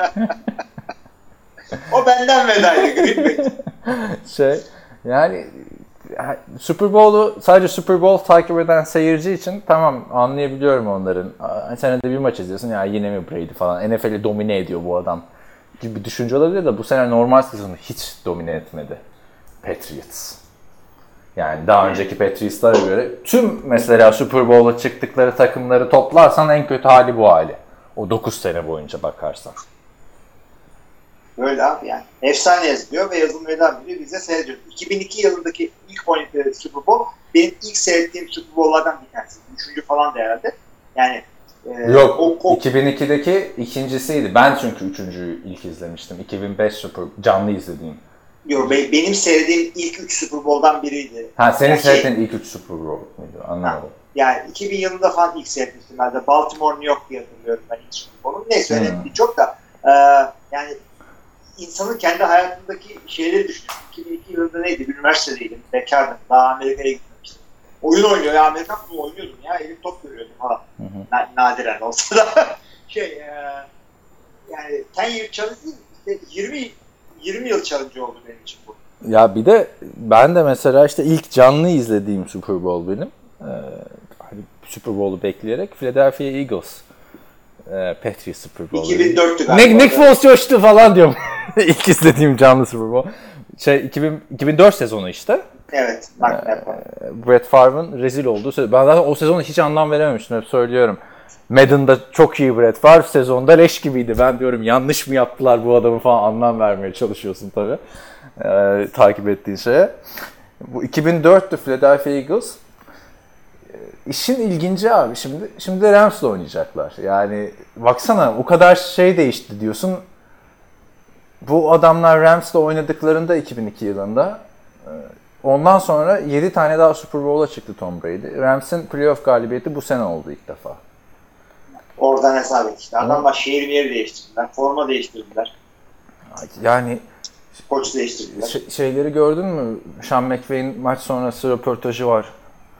O benden vedaydı Green Bay. Şey yani Super Bowl'u sadece Super Bowl takip eden seyirci için tamam anlayabiliyorum onların. Senede bir maç izliyorsun ya yine mi Brady falan N F L'i domine ediyor bu adam gibi bir düşünce olabilir de bu sene normal sezonu hiç domine etmedi Patriots. Yani daha önceki Patriots'lara göre tüm mesela Super Bowl'a çıktıkları takımları toplarsan en kötü hali bu hali. O dokuz sene boyunca bakarsan. Böyle abi yani. Efsane yazılıyor ve yazılmaya devam ediyor. Biz de seyrediyoruz. iki bin iki yılındaki ilk oynadığı Super Bowl benim ilk seyrettiğim Super Bowl'lardan bir tanesi. Üçüncü falan da herhalde. Yani Ee, Yok, o, o, iki bin ikideki ikincisiydi. Ben çünkü üçüncüyü ilk izlemiştim. iki bin beş Super canlı izlediğim. Yok, be, benim seyrettiğim ilk üç Super Bowl'dan biriydi. Ha, senin yani seyrettiğin şey, ilk üç Super Bowl muydu? Anlamadım. Ha, yani iki bin yılında falan ilk seyretmiştim ben de. Baltimore New York diye hatırlıyorum ben ilk Super Bowl'u. Neyse Hmm. önemli değil çok da. E, yani insanın kendi hayatındaki şeyleri düşünüyorum. iki bin iki yılında neydi? Bir üniversitedeydim. Bekardım. Daha Amerika'ya gitmemiştim. Oyun oynuyor ya. Amerikan futbolu oynuyordum ya. Elim top görüyordum falan. Hı hı. Na- nadiren olsa da. şey e, yani on year challenge değil, işte yirmi yirmi yıl challenge oldu benim için bu. Ya bir de ben de mesela işte ilk canlı izlediğim Super Bowl benim. Ee, hani Super Bowl'u bekleyerek Philadelphia Eagles. Ee, Patriots Super Bowl. iki bin dörttü galiba. Nick, Nick Foles coştu falan diyorum. İlk izlediğim canlı Super Bowl. Şey iki bin, iki bin dört sezonu işte. Evet. Bak, Ee, Brett Favre'ın rezil olduğu sezon. Ben zaten o sezonu hiç anlam verememiştim. Hep söylüyorum. Madden'da çok iyi Brett Favre, sezonda leş gibiydi. Ben diyorum yanlış mı yaptılar bu adamı falan, anlam vermeye çalışıyorsun tabii. Ee, takip ettiğin şeye. Bu iki bin dörttü Philadelphia Eagles. Ee, işin ilginci abi şimdi şimdi de Rams'le oynayacaklar. Yani baksana o kadar şey değişti diyorsun. Bu adamlar Rams'le oynadıklarında iki bin iki yılında, ondan sonra yedi tane daha Super Bowl'a çıktı Tom Brady. Rams'in playoff galibiyeti bu sene oldu ilk defa. Oradan hesap et işte. Adamlar şehir yeri değiştirdiler. Forma değiştirdiler. Yani Koç değiştirdiler. Ş- şeyleri gördün mü? Sean McVay'in maç sonrası röportajı var.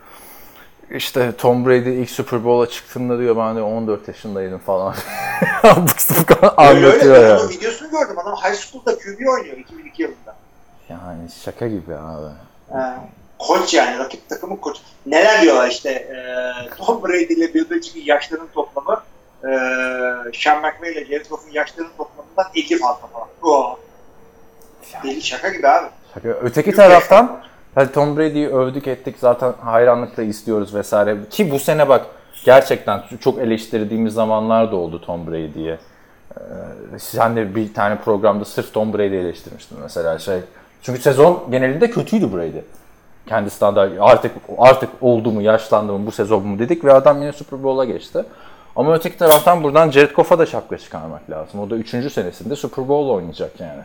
İşte Tom Brady ilk Super Bowl'a çıktığında diyor ben de on dört yaşındaydım falan. Abuk sabuk anlatıyor ya. ya. Onun videosunu gördüm. Adam high school'da Q B oynuyor iki bin iki yılında. Yani şaka gibi abi. Ee, koç yani. Rakip takımın koç. Neler diyorlar işte. E, Tom Brady ile Bill Belichick'in yaşlarının toplamı e, Sean McVay ile Jared Goff'un yaşlarının toplamından elli fazla falan. Oo. Deli şaka gibi abi. Şaka. Öteki taraftan hadi Tom Brady'yi övdük ettik zaten, hayranlıkla istiyoruz vesaire. Ki bu sene bak gerçekten çok eleştirdiğimiz zamanlar da oldu Tom Brady'ye. Ee, sen de bir tane programda sırf Tom Brady'yi eleştirmiştin mesela şey. Çünkü sezon genelinde kötüydü Brady. Kendi standart artık artık oldu mu, yaşlandı mı, bu sezon mu dedik ve adam yine Super Bowl'a geçti. Ama öteki taraftan buradan Jared Goff'a da şapka çıkarmak lazım. O da üçüncü senesinde Super Bowl oynayacak yani.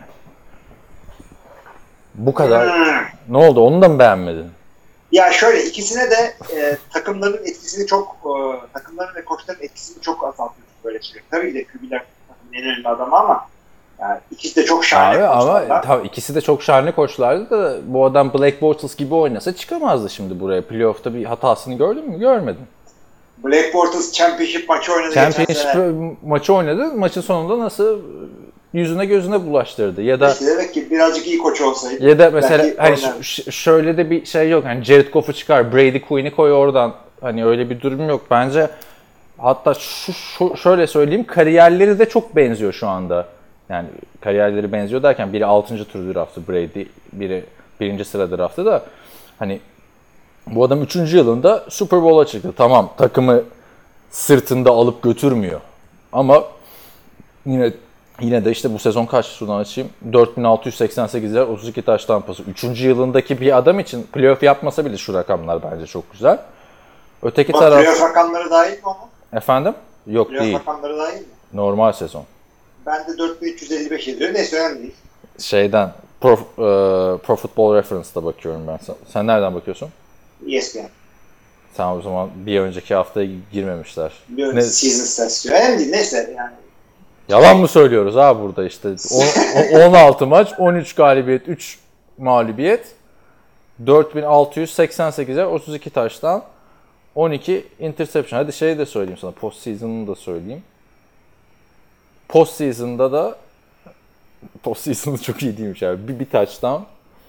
Bu kadar. Hmm. Ne oldu? Onu da mı beğenmedin? Ya şöyle ikisine de e, takımların etkisini çok e, takımların ve koçların etkisini çok azaltıyor böyle şey. Tabii de Q B'ler takımın en önemli adamı ama yani ikisi de çok şahane Abi, koçlar. ama tabii ikisi de çok şahane koçlardı da bu adam Blake Bortles gibi oynasa çıkamazdı şimdi buraya. Playoff'ta bir hatasını gördün mü? Görmedin. Blake Bortles Championship maçı oynadı. Championship maçı oynadı. Maçın sonunda nasıl yüzüne gözüne bulaştırdı ya da işte demek ki birazcık iyi koç olsaydı. ya da mesela hani ş- şöyle de bir şey yok. Hani Jared Goff'u çıkar, Brady Quinn'i koy oradan. Hani öyle bir durum yok. Bence hatta şu, şu şöyle söyleyeyim, kariyerleri de çok benziyor şu anda. Yani kariyerleri benziyor derken biri altıncı tur draftı Brady, biri birinci sıra draftı da hani bu adam üçüncü yılında Super Bowl'a çıktı. Tamam, takımı sırtında alıp götürmüyor. Ama yine yine de işte bu sezon kaç turdan açayım? dört bin altı yüz seksen sekiz yer, otuz iki taş tampası. üçüncü yılındaki bir adam için playoff yapmasa bile şu rakamlar bence çok güzel. Öteki Bak, taraf... Playoff rakamları dahil mi onun? Efendim? Yok Playoff değil. rakamları dahil mi? Normal sezon. Ben de dört bin üç yüz elli beş yazıyor. Neyse önemli değil. Şeyden Pro, e, Pro Football Reference'da bakıyorum ben. Sen, sen nereden bakıyorsun? E S P N. Sen o zaman bir önceki haftaya girmemişler. Biliyorum Ne- season stats diyor. Önemli değil. Neyse yani. Yalan mı söylüyoruz ha burada işte? On- on altı maç, on üç galibiyet, üç mağlubiyet, dört bin altı yüz seksen sekiz yer, otuz iki taştan, on iki interception. Hadi şeyi de söyleyeyim sana, post season'ını da söyleyeyim. Post season'da da post season'ı çok iyi değilmiş abi. Bir, bir touchdown,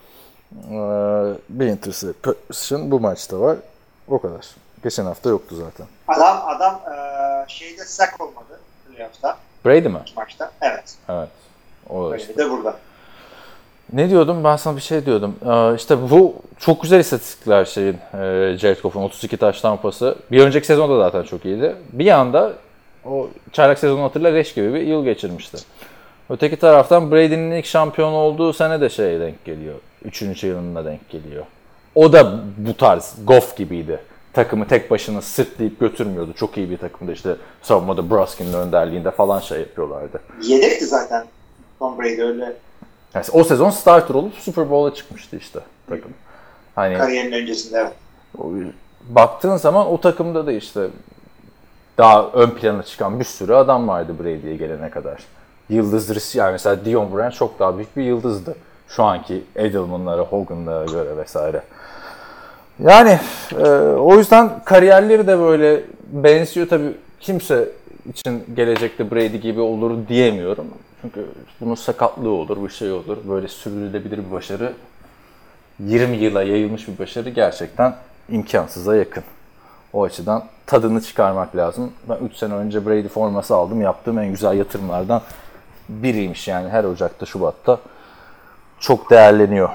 bir interception bu maçta var. O kadar. Geçen hafta yoktu zaten. Adam adam eee, şeyde sack olmadı playoff'ta. Brady mi? Maçta. Evet. Evet. O Böyle işte. de burada. Ne diyordum? Ben sana bir şey diyordum. Ee, işte bu çok güzel istatistikler şeyin, e, Jared Goff'un otuz iki taş tampası. Bir önceki sezonda zaten çok iyiydi. Bir anda o çaylak sezonu hatırla leş gibi bir yıl geçirmişti. Öteki taraftan Brady'nin ilk şampiyon olduğu sene de şeye denk geliyor. Üçüncü yılına denk geliyor. O da bu tarz Goff gibiydi. takımı tek başına sırtlayıp götürmüyordu. Çok iyi bir takımdı işte savunmada Bruskin'in önderliğinde falan şey yapıyorlardı. Yedekti zaten Tom Brady öyle. Yani o sezon starter olup Super Bowl'a çıkmıştı işte takım. Hani Kariyerinin öncesinde evet. o, baktığın zaman o takımda da işte daha ön plana çıkan bir sürü adam vardı Brady'ye gelene kadar. Yıldız yani mesela Dion Branch çok daha büyük bir yıldızdı. Şu anki Edelman'lara, Hogan'lara göre vesaire. Yani e, o yüzden kariyerleri de böyle benziyor tabii. Kimse için gelecekte Brady gibi olur diyemiyorum. Çünkü bunun sakatlığı olur, bir şey olur. Böyle sürdürülebilir bir başarı, yirmi yıla yayılmış bir başarı gerçekten imkansıza yakın. O açıdan tadını çıkarmak lazım. Ben üç sene önce Brady forması aldım. Yaptığım en güzel yatırımlardan biriymiş yani her Ocak'ta, Şubat'ta. Çok değerleniyor.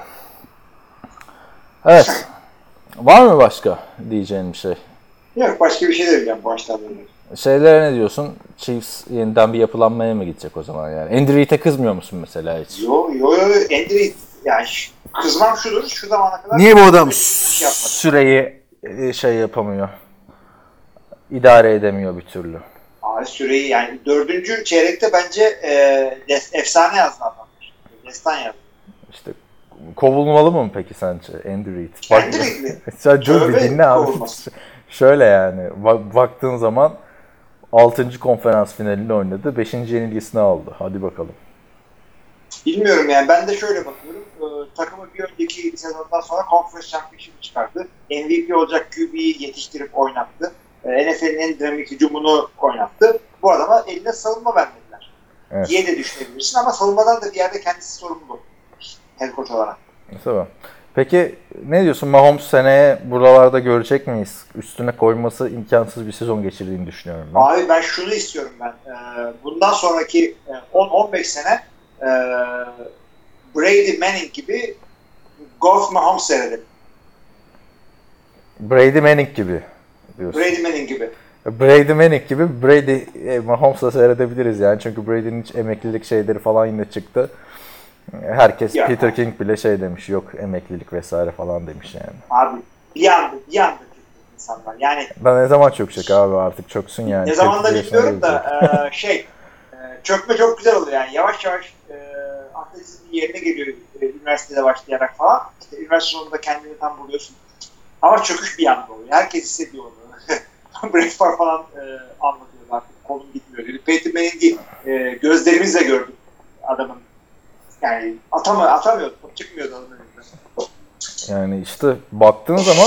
Evet. Var mı başka diyeceğin bir şey? Yok başka bir şey de diyeceğim baştan böyle. Şeylere ne diyorsun? Chiefs yeniden bir yapılanmaya mı gidecek o zaman yani? Andy Reid'e kızmıyor musun mesela hiç? Yo yo yo Andy Reid yani kızmam şudur şu zamana kadar. Niye bu adam şey yapmadı. süreyi şey yapamıyor? İdare edemiyor bir türlü. Abi süreyi yani dördüncü çeyrekte bence e, des, efsane yazdı adam. Destan yazdı. İşte kovulmalı mı peki sence Andy Reid? Andy Reid mi? Sen dur bir Tövbe, dinle abi. kovulmaz. Şöyle yani bak, baktığın zaman altıncı konferans finalini oynadı. beşinci yenilgisini aldı. Hadi bakalım. Bilmiyorum yani ben de şöyle bakıyorum. Ee, takımı bir önceki sezondan sonra Conference Championship çıkardı. M V P olacak Q B'yi yetiştirip oynattı. Ee, N F L'in en dinamik hücumunu oynattı. Bu adama eline savunma vermediler. Evet. Diye de düşünebilirsin ama savunmadan da bir yerde kendisi sorumlu. Head coach olarak. Tamam. Peki ne diyorsun? Mahomes seneye buralarda görecek miyiz? Üstüne koyması imkansız bir sezon geçirdiğini düşünüyorum ben. Abi ben şunu istiyorum ben. Ee, bundan sonraki on on beş sene e, Brady Manning gibi Golf Mahomes seyredelim. Brady Manning gibi diyorsun. Brady Manning gibi. Brady Manning gibi Brady e, Mahomes'la seyredebiliriz yani. Çünkü Brady'nin hiç emeklilik şeyleri falan yine çıktı. Herkes Ya. Peter King bile şey demiş, yok emeklilik vesaire falan demiş yani. Abi bir anda bir anda insanlar. Yani Ben ne zaman çökecek abi artık çöksün yani. ne zaman da kırk yaşına bilmiyorum da e, şey e, çökme çok güzel oluyor yani. Yavaş yavaş e, atletizmin yerine geliyor e, üniversitede başlayarak falan. İşte üniversite sonunda kendini tam buluyorsun. Ama çöküş bir anda oluyor. Herkes hissediyor onu. Brett Favre falan e, anlatıyorlar artık. Kolum gitmiyor dedi. Peyton Manning'i e, gözlerimizle gördük adamın. Yani atamıyor, atamıyordu. Çıkmıyordu adamın önünden. Yani işte baktığın zaman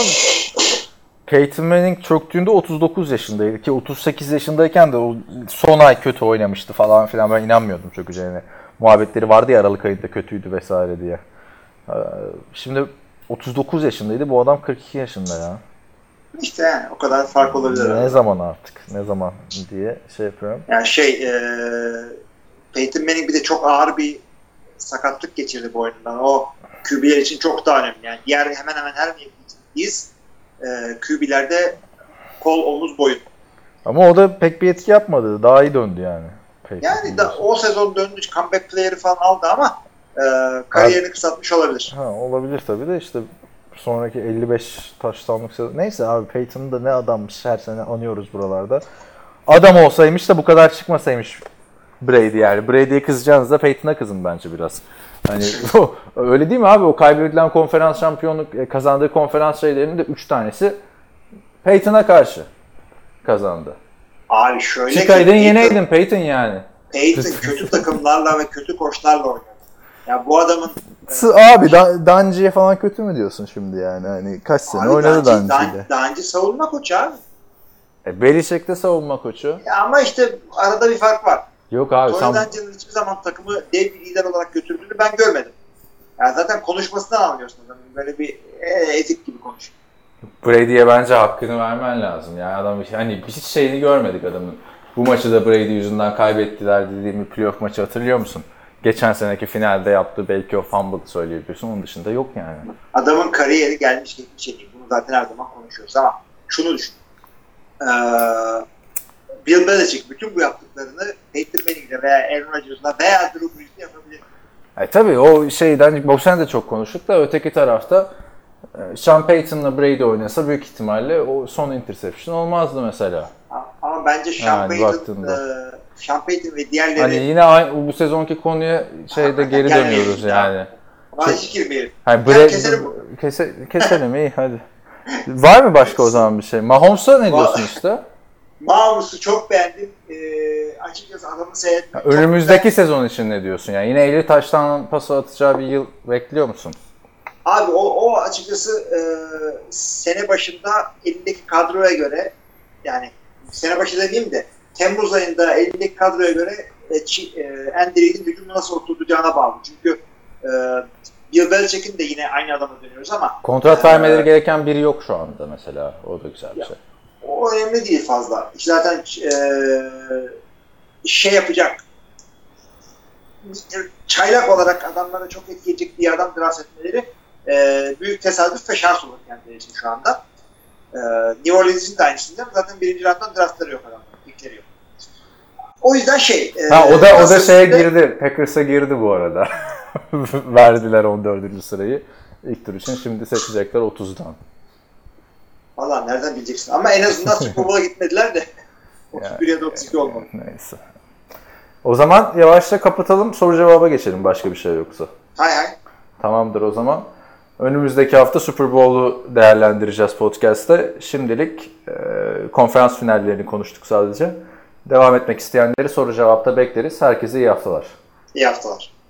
Peyton Manning çöktüğünde otuz dokuz yaşındaydı ki otuz sekiz yaşındayken de o son ay kötü oynamıştı falan filan, ben inanmıyordum çökeceğine. Muhabbetleri vardı ya Aralık ayında kötüydü vesaire diye. Şimdi otuz dokuz yaşındaydı, bu adam kırk iki yaşında ya. İşte yani o kadar fark olabilir. Ne abi. zaman artık, ne zaman diye şey yapıyorum. Yani şey e, Peyton Manning bir de çok ağır bir sakatlık geçirdi bu oyundan. O Q B'ler için çok daha önemli. Yani diğer hemen hemen her mevki için biz e, Q B'lerde kol, omuz, boyun. Ama o da pek bir etki yapmadı. Daha iyi döndü yani. Peyton Yani da, o sezon döndü, comeback player'ı falan aldı ama e, kariyerini kısaltmış olabilir. Ha, olabilir tabii de işte sonraki elli beş taştanlık sezon. Neyse abi, Peyton da ne adammış, her sene anıyoruz buralarda. Adam olsaymış da bu kadar çıkmasaymış Brady yani. Brady'ye kızacağınızda Peyton'a kızın bence biraz. Hani öyle değil mi abi? O kaybedilen konferans şampiyonluk, kazandığı konferans şeylerinin de üç tanesi Peyton'a karşı kazandı. Abi şöyle Çıkaydın ki, yeneydin Peyton yani. Peyton kötü takımlarla ve kötü koçlarla oynadı. Ya bu adamın Abi da, Danci'ye falan kötü mü diyorsun şimdi yani? Hani kaç sene abi, oynadı Danci, Danci'yle. Dan, Danci savunma koçu abi. E, Belichick de savunma koçu. Ya ama işte arada bir fark var. Yok abi Tony sen... Dungy'nin hiçbir zaman takımı dev bir lider olarak götürdüğünü ben görmedim. Yani zaten konuşmasından anlıyorsun adamın. Böyle bir e, ezik gibi konuşuyor. Brady'ye bence hakkını vermen lazım. Yani adam hani hiç şeyini görmedik adamın. Bu maçı da Brady yüzünden kaybettiler dediğim bir playoff maçı hatırlıyor musun? Geçen seneki finalde yaptığı belki o fumble'ı söyleyebiliyorsun. Onun dışında yok yani. Adamın kariyeri gelmiş geçmiş şey değil. Bunu zaten her zaman konuşuyoruz ama şunu düşün. Ee, Bill Belichick bütün bu yaptıklarını Peyton Manning'le veya Aaron Rodgers'la veya Drew Brees'le yapabilir. E tabii o şeyden bu sene de çok konuştuk da öteki tarafta Sean Payton'la Brady oynasa büyük ihtimalle o son interception olmazdı mesela. Ama bence Sean Yani Payton, baktığında. e, Sean Payton ve diğerleri Hani yine aynı, bu sezonki konuya şeyde geri Gelmeyelim dönüyoruz ya. yani. bana hiç girmeyelim. Hani Ya Brady, keselim. kese, keselim iyi hadi. Var mı başka o zaman bir şey? Mahomes'a ne diyorsun işte? Mahomes'u çok beğendim. E, açıkçası adamı seyretmek çok Önümüzdeki sezon için ne diyorsun yani? Yine elli taştan pası atacağı bir yıl bekliyor musun? Abi o, o açıkçası e, sene başında elindeki kadroya göre, yani sene başı demeyeyim de Temmuz ayında elindeki kadroya göre e, Ç- e, Andy Reid'in hücumu nasıl oturtacağına bağlı. Çünkü e, Bill Belichick'in de yine aynı adama dönüyoruz ama Kontrat e, vermeleri gereken biri yok şu anda mesela. O da güzel bir Ya. şey. o önemli değil fazla. Zaten e, şey yapacak, çaylak olarak adamlara çok etkileyecek bir adam draft etmeleri e, büyük tesadüf ve şans olur kendileri için şu anda. E, New Orleans'in de aynısından zaten birinci round'dan draftları yok adamlar. Pikleri yok. O yüzden şey... E, Ha o da o da Kansas şeye City'de- girdi. Packers'a girdi bu arada. Verdiler on dördüncü sırayı ilk tur için. Şimdi seçecekler otuzdan. Valla nereden bileceksin? Ama en azından Super Bowl'a gitmediler de otuz bir ya da otuz iki olmadı. Neyse. O zaman yavaşça kapatalım. Soru cevaba geçelim başka bir şey yoksa. Hay hay. Tamamdır o zaman. Önümüzdeki hafta Super Bowl'u değerlendireceğiz podcast'te. Şimdilik e, konferans finallerini konuştuk sadece. Devam etmek isteyenleri soru cevapta bekleriz. Herkese iyi haftalar. İyi haftalar.